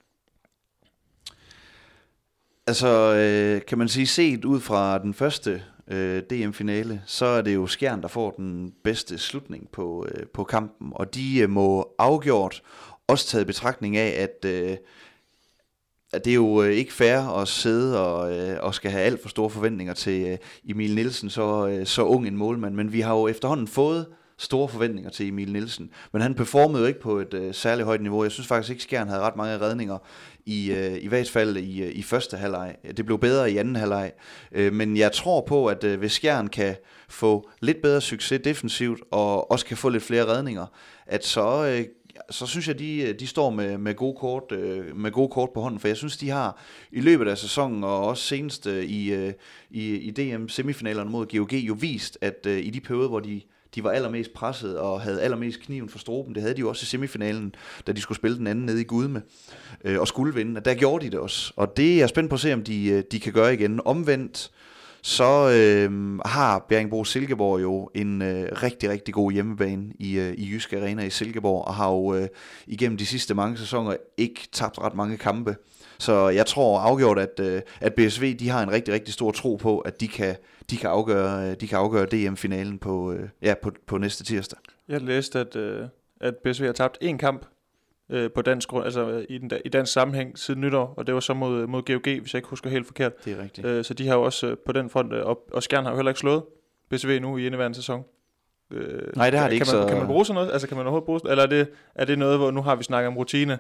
Altså, øh, kan man sige, set ud fra den første øh, D M-finale, så er det jo Skjern, der får den bedste slutning på, øh, på kampen. Og de øh, må afgjort også tage betragtning af, at, øh, at det er jo øh, ikke fair at sidde og, øh, og skal have alt for store forventninger til øh, Emil Nielsen, så, øh, så ung en målmand. Men vi har jo efterhånden fået store forventninger til Emil Nielsen, men han performede jo ikke på et øh, særligt højt niveau. Jeg synes faktisk ikke, Skjern havde ret mange redninger i, øh, i hvert fald i, i første halvleg. Det blev bedre i anden halvleg, øh, men jeg tror på, at øh, hvis Skjern kan få lidt bedre succes defensivt, og også kan få lidt flere redninger, at så... Øh, så synes jeg, de, de står med, med, gode kort, øh, med gode kort på hånden, for jeg synes, de har i løbet af sæsonen, og også senest øh, i, øh, i, i D M-semifinalerne mod G O G, jo vist, at øh, i de perioder, hvor de, de var allermest presset og havde allermest kniven for struben, det havde de jo også i semifinalen, da de skulle spille den anden nede i Gudme, øh, og skulle vinde, og der gjorde de det også. Og det er jeg spændt på at se, om de, de kan gøre igen. Omvendt, så øh, har Bjerringbro-Silkeborg jo en øh, rigtig, rigtig god hjemmebane i, øh, i Jysk Arena i Silkeborg, og har jo øh, igennem de sidste mange sæsoner ikke tabt ret mange kampe. Så jeg tror afgjort, at, øh, at B S V de har en rigtig, rigtig stor tro på, at de kan, de kan, afgøre, de kan afgøre D M-finalen på, øh, ja, på, på næste tirsdag. Jeg læste, at, øh, at B S V har tabt én kamp øh, på dansk grund, altså i, den, i dansk sammenhæng siden nytår, og det var så mod, mod G O G, hvis jeg ikke husker helt forkert. Det er rigtigt. Øh, så de har jo også øh, på den front, øh, og, og Skjern har jo heller ikke slået B S V nu i indeværende sæson. Øh, Nej, det har det kan ikke man, så... Kan man bruge sådan noget? Altså kan man overhovedet bruge sådan, eller er det, er det noget, hvor nu har vi snakket om rutine?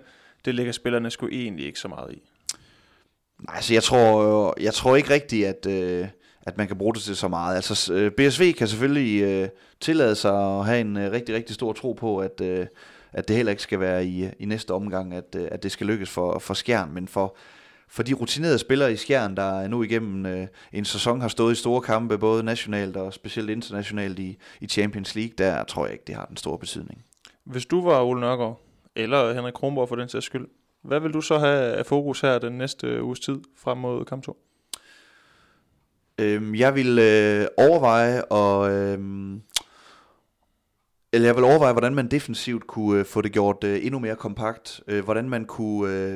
det ligger spillerne sgu egentlig ikke så meget i. Nej, altså jeg tror, jeg tror ikke rigtigt, at, øh, at man kan bruge det til så meget. Altså øh, B S V kan selvfølgelig øh, tillade sig at have en øh, rigtig, rigtig stor tro på, at, øh, at det heller ikke skal være i, i næste omgang, at, øh, at det skal lykkes for, for Skjern, men for For de rutinerede spillere i Skjern, der nu igennem øh, en sæson har stået i store kampe, både nationalt og specielt internationalt i, i Champions League, der tror jeg ikke, det har den store betydning. Hvis du var Ole Nørgaard, eller Henrik Kronborg for den sags skyld, hvad vil du så have af fokus her den næste uges tid frem mod kamp to? Øhm, jeg vil øh, overveje, og, øh, eller jeg vil overveje, hvordan man defensivt kunne øh, få det gjort øh, endnu mere kompakt, øh, hvordan man kunne øh,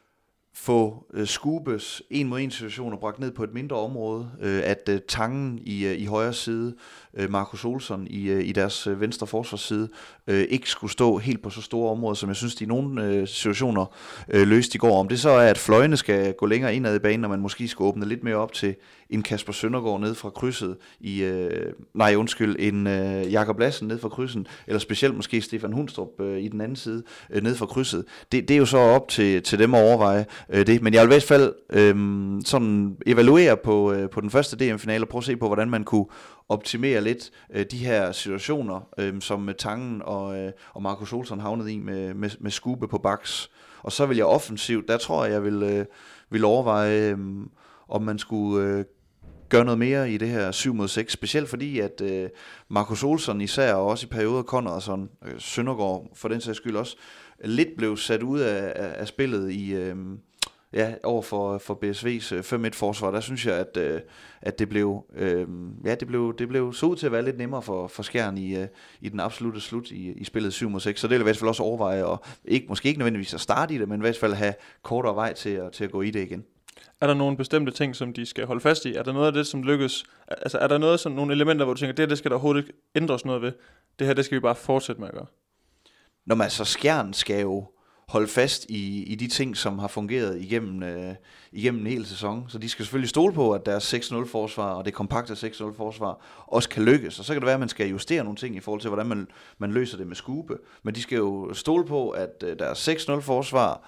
få øh, Skubes en mod en situationer bragt ned på et mindre område, øh, at øh, Tangen i, øh, i højre side, øh, Markus Olsson i, øh, i deres øh, venstre forsvarsside, øh, ikke skulle stå helt på så store områder, som jeg synes, de i nogle øh, situationer øh, løste i går. Om det så er, at fløjene skal gå længere indad i banen, og man måske skal åbne lidt mere op til en Kasper Søndergaard ned fra krydset, i, øh, nej undskyld, en øh, Jakob Lassen ned fra krydset, eller specielt måske Stefan Hundstrup øh, i den anden side øh, ned fra krydset. Det, det er jo så op til, til dem at overveje øh, det, men jeg vil i hvert fald øh, sådan evaluere på, øh, på den første D M-finale og prøve at se på, hvordan man kunne optimere lidt øh, de her situationer, øh, som Tangen og, øh, og Markus Olsson havnede i med, med, med Skube på baks. Og så vil jeg offensivt, der tror jeg, jeg vil, øh, vil overveje, øh, om man skulle øh, gøre noget mere i det her syv mod seks, specielt fordi, at øh, Markus Olsson især, og også i perioder Conradsen, øh, Søndergaard for den sags skyld også, lidt blev sat ud af, af, af spillet i... Øh, Ja, over for, for B S V's fem et forsvar, der synes jeg, at, øh, at det blev, øh, ja, det blev, det blev så ud til at være lidt nemmere for, for Skjern i, øh, i den absolutte slut i, i spillet syv mod seks, så det vil jeg i hvert fald også overveje, og ikke, måske ikke nødvendigvis at starte i det, men i hvert fald have kortere vej til at, til at gå i det igen. Er der nogle bestemte ting, som de skal holde fast i? Er der noget af det, som lykkes? Altså er der noget, som, nogle elementer, hvor du tænker, det her, det skal der overhovedet ikke ændres noget ved? Det her, det skal vi bare fortsætte med at gøre? Nå, men altså Skjern skal jo holde fast i, i de ting, som har fungeret igennem, øh, igennem en hel sæson. Så de skal selvfølgelig stole på, at deres seks nul forsvar og det kompakte seks nul forsvar også kan lykkes. Og så kan det være, at man skal justere nogle ting i forhold til, hvordan man, man løser det med Skube. Men de skal jo stole på, at øh, deres seks nul forsvar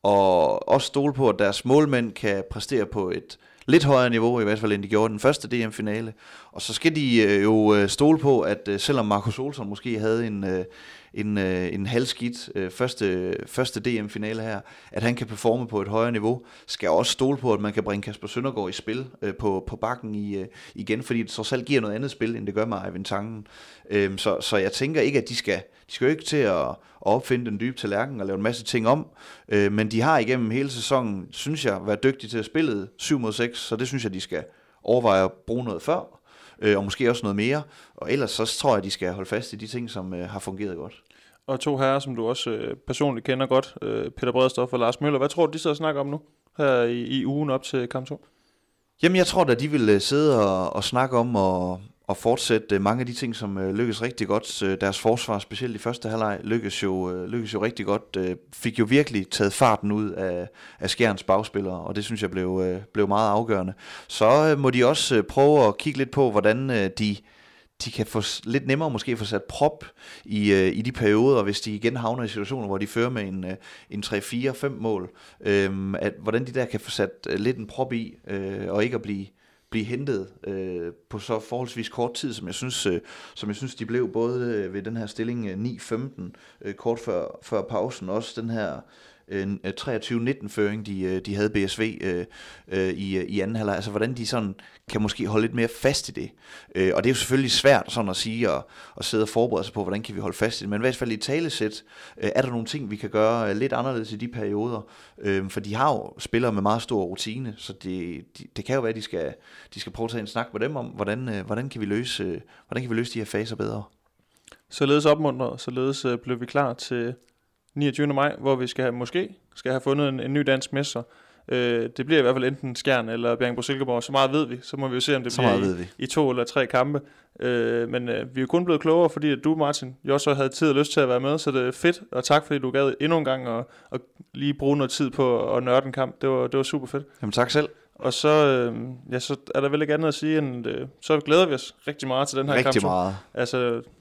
og også stole på, at deres målmænd kan præstere på et lidt højere niveau, i hvert fald end de gjorde den første D M-finale. Og så skal de øh, jo øh, stole på, at øh, selvom Markus Olsson måske havde en... Øh, en, øh, en halvskidt øh, første, første D M-finale her, at han kan performe på et højere niveau, skal også stole på, at man kan bringe Kasper Søndergaard i spil øh, på, på bakken i, øh, igen, fordi det så selv giver noget andet spil, end det gør med Eivind Tangen. Øh, så, så jeg tænker ikke, at de skal, de skal jo ikke til at, at opfinde den dybe tallerken og lave en masse ting om, øh, men de har igennem hele sæsonen, synes jeg, været dygtige til at spille syv mod seks, så det synes jeg, de skal overveje at bruge noget før, og måske også noget mere, og ellers så tror jeg, at de skal holde fast i de ting, som øh, har fungeret godt. Og to herrer, som du også øh, personligt kender godt, øh, Peter Bredstof og Lars Møller, hvad tror du, de sidder og snakker om nu, her i, i ugen op til kamp to? Jamen, jeg tror da, de vil øh, sidde og, og snakke om og, og fortsætte øh, mange af de ting, som øh, lykkes rigtig godt. Øh, deres forsvar, specielt i første halvleg, lykkes jo, øh, lykkes jo rigtig godt. Øh, fik jo virkelig taget farten ud af, af Skjerns bagspillere, og det synes jeg blev, øh, blev meget afgørende. Så øh, må de også øh, prøve at kigge lidt på, hvordan øh, de... de kan få lidt nemmere måske få sat prop i, øh, i de perioder, hvis de igen havner i situationer, hvor de fører med en, øh, en tre fire fem mål. Øh, at, hvordan de der kan få sat øh, lidt en prop i, øh, og ikke at blive, blive hentet øh, på så forholdsvis kort tid, som jeg synes, øh, som jeg synes de blev, både øh, ved den her stilling øh, ni femten, øh, kort før, før pausen, også den her treogtyve nitten føring, de, de havde B S V øh, øh, i, i anden halvleg. Altså, hvordan de sådan kan måske holde lidt mere fast i det. Øh, og det er jo selvfølgelig svært sådan at sige og, og sidde og forberede sig på, hvordan kan vi holde fast i det. Men i hvert fald i talesæt, øh, er der nogle ting, vi kan gøre lidt anderledes i de perioder. Øh, for de har jo spillere med meget stor rutine, så det, de, det kan jo være, at de skal, de skal prøve at tage en snak med dem om, hvordan, øh, hvordan, kan vi løse, øh, hvordan kan vi løse de her faser bedre. Således opmuntret, således øh, blev vi klar til niogtyvende maj, hvor vi skal have, måske skal have fundet en, en ny dansk mester. Øh, det bliver i hvert fald enten Skjern eller Bjerringbro-Silkeborg, så meget ved vi. Så må vi jo se, om det så bliver i, i to eller tre kampe. Øh, men øh, vi er kun blevet klogere, fordi at du, Martin, jo også havde tid og lyst til at være med, så det er fedt. Og tak, fordi du gad endnu en gang at, at lige bruge noget tid på at nørde en kamp. Det var, det var super fedt. Jamen tak selv. Og så, øh, ja, så er der vel ikke andet at sige, end øh, så glæder vi os rigtig meget til den her rigtig kamp. Rigtig meget. Altså,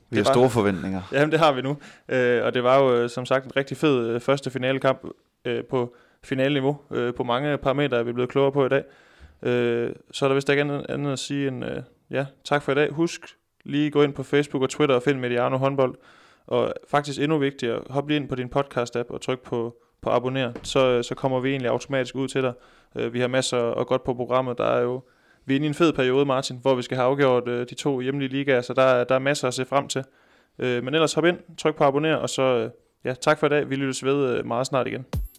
Vi har store forventninger. Jamen, det har vi nu. Øh, og det var jo som sagt en rigtig fed øh, første finalekamp øh, på finaleniveau. Øh, på mange parametre er vi blevet klogere på i dag. Øh, så er der vist ikke andet, andet at sige end øh, ja, tak for i dag. Husk lige gå ind på Facebook og Twitter og find Mediano Håndbold. Og faktisk endnu vigtigere, hop lige ind på din podcast-app og tryk på, på abonner. Så, så kommer vi egentlig automatisk ud til dig. Øh, vi har masser og godt på programmet. Der er jo Vi er inde i en fed periode, Martin, hvor vi skal have afgjort øh, de to hjemlige ligaer, så der, der er masser at se frem til. Øh, men ellers hop ind, tryk på abonner, og så øh, ja, tak for i dag. Vi lyttes ved øh, meget snart igen.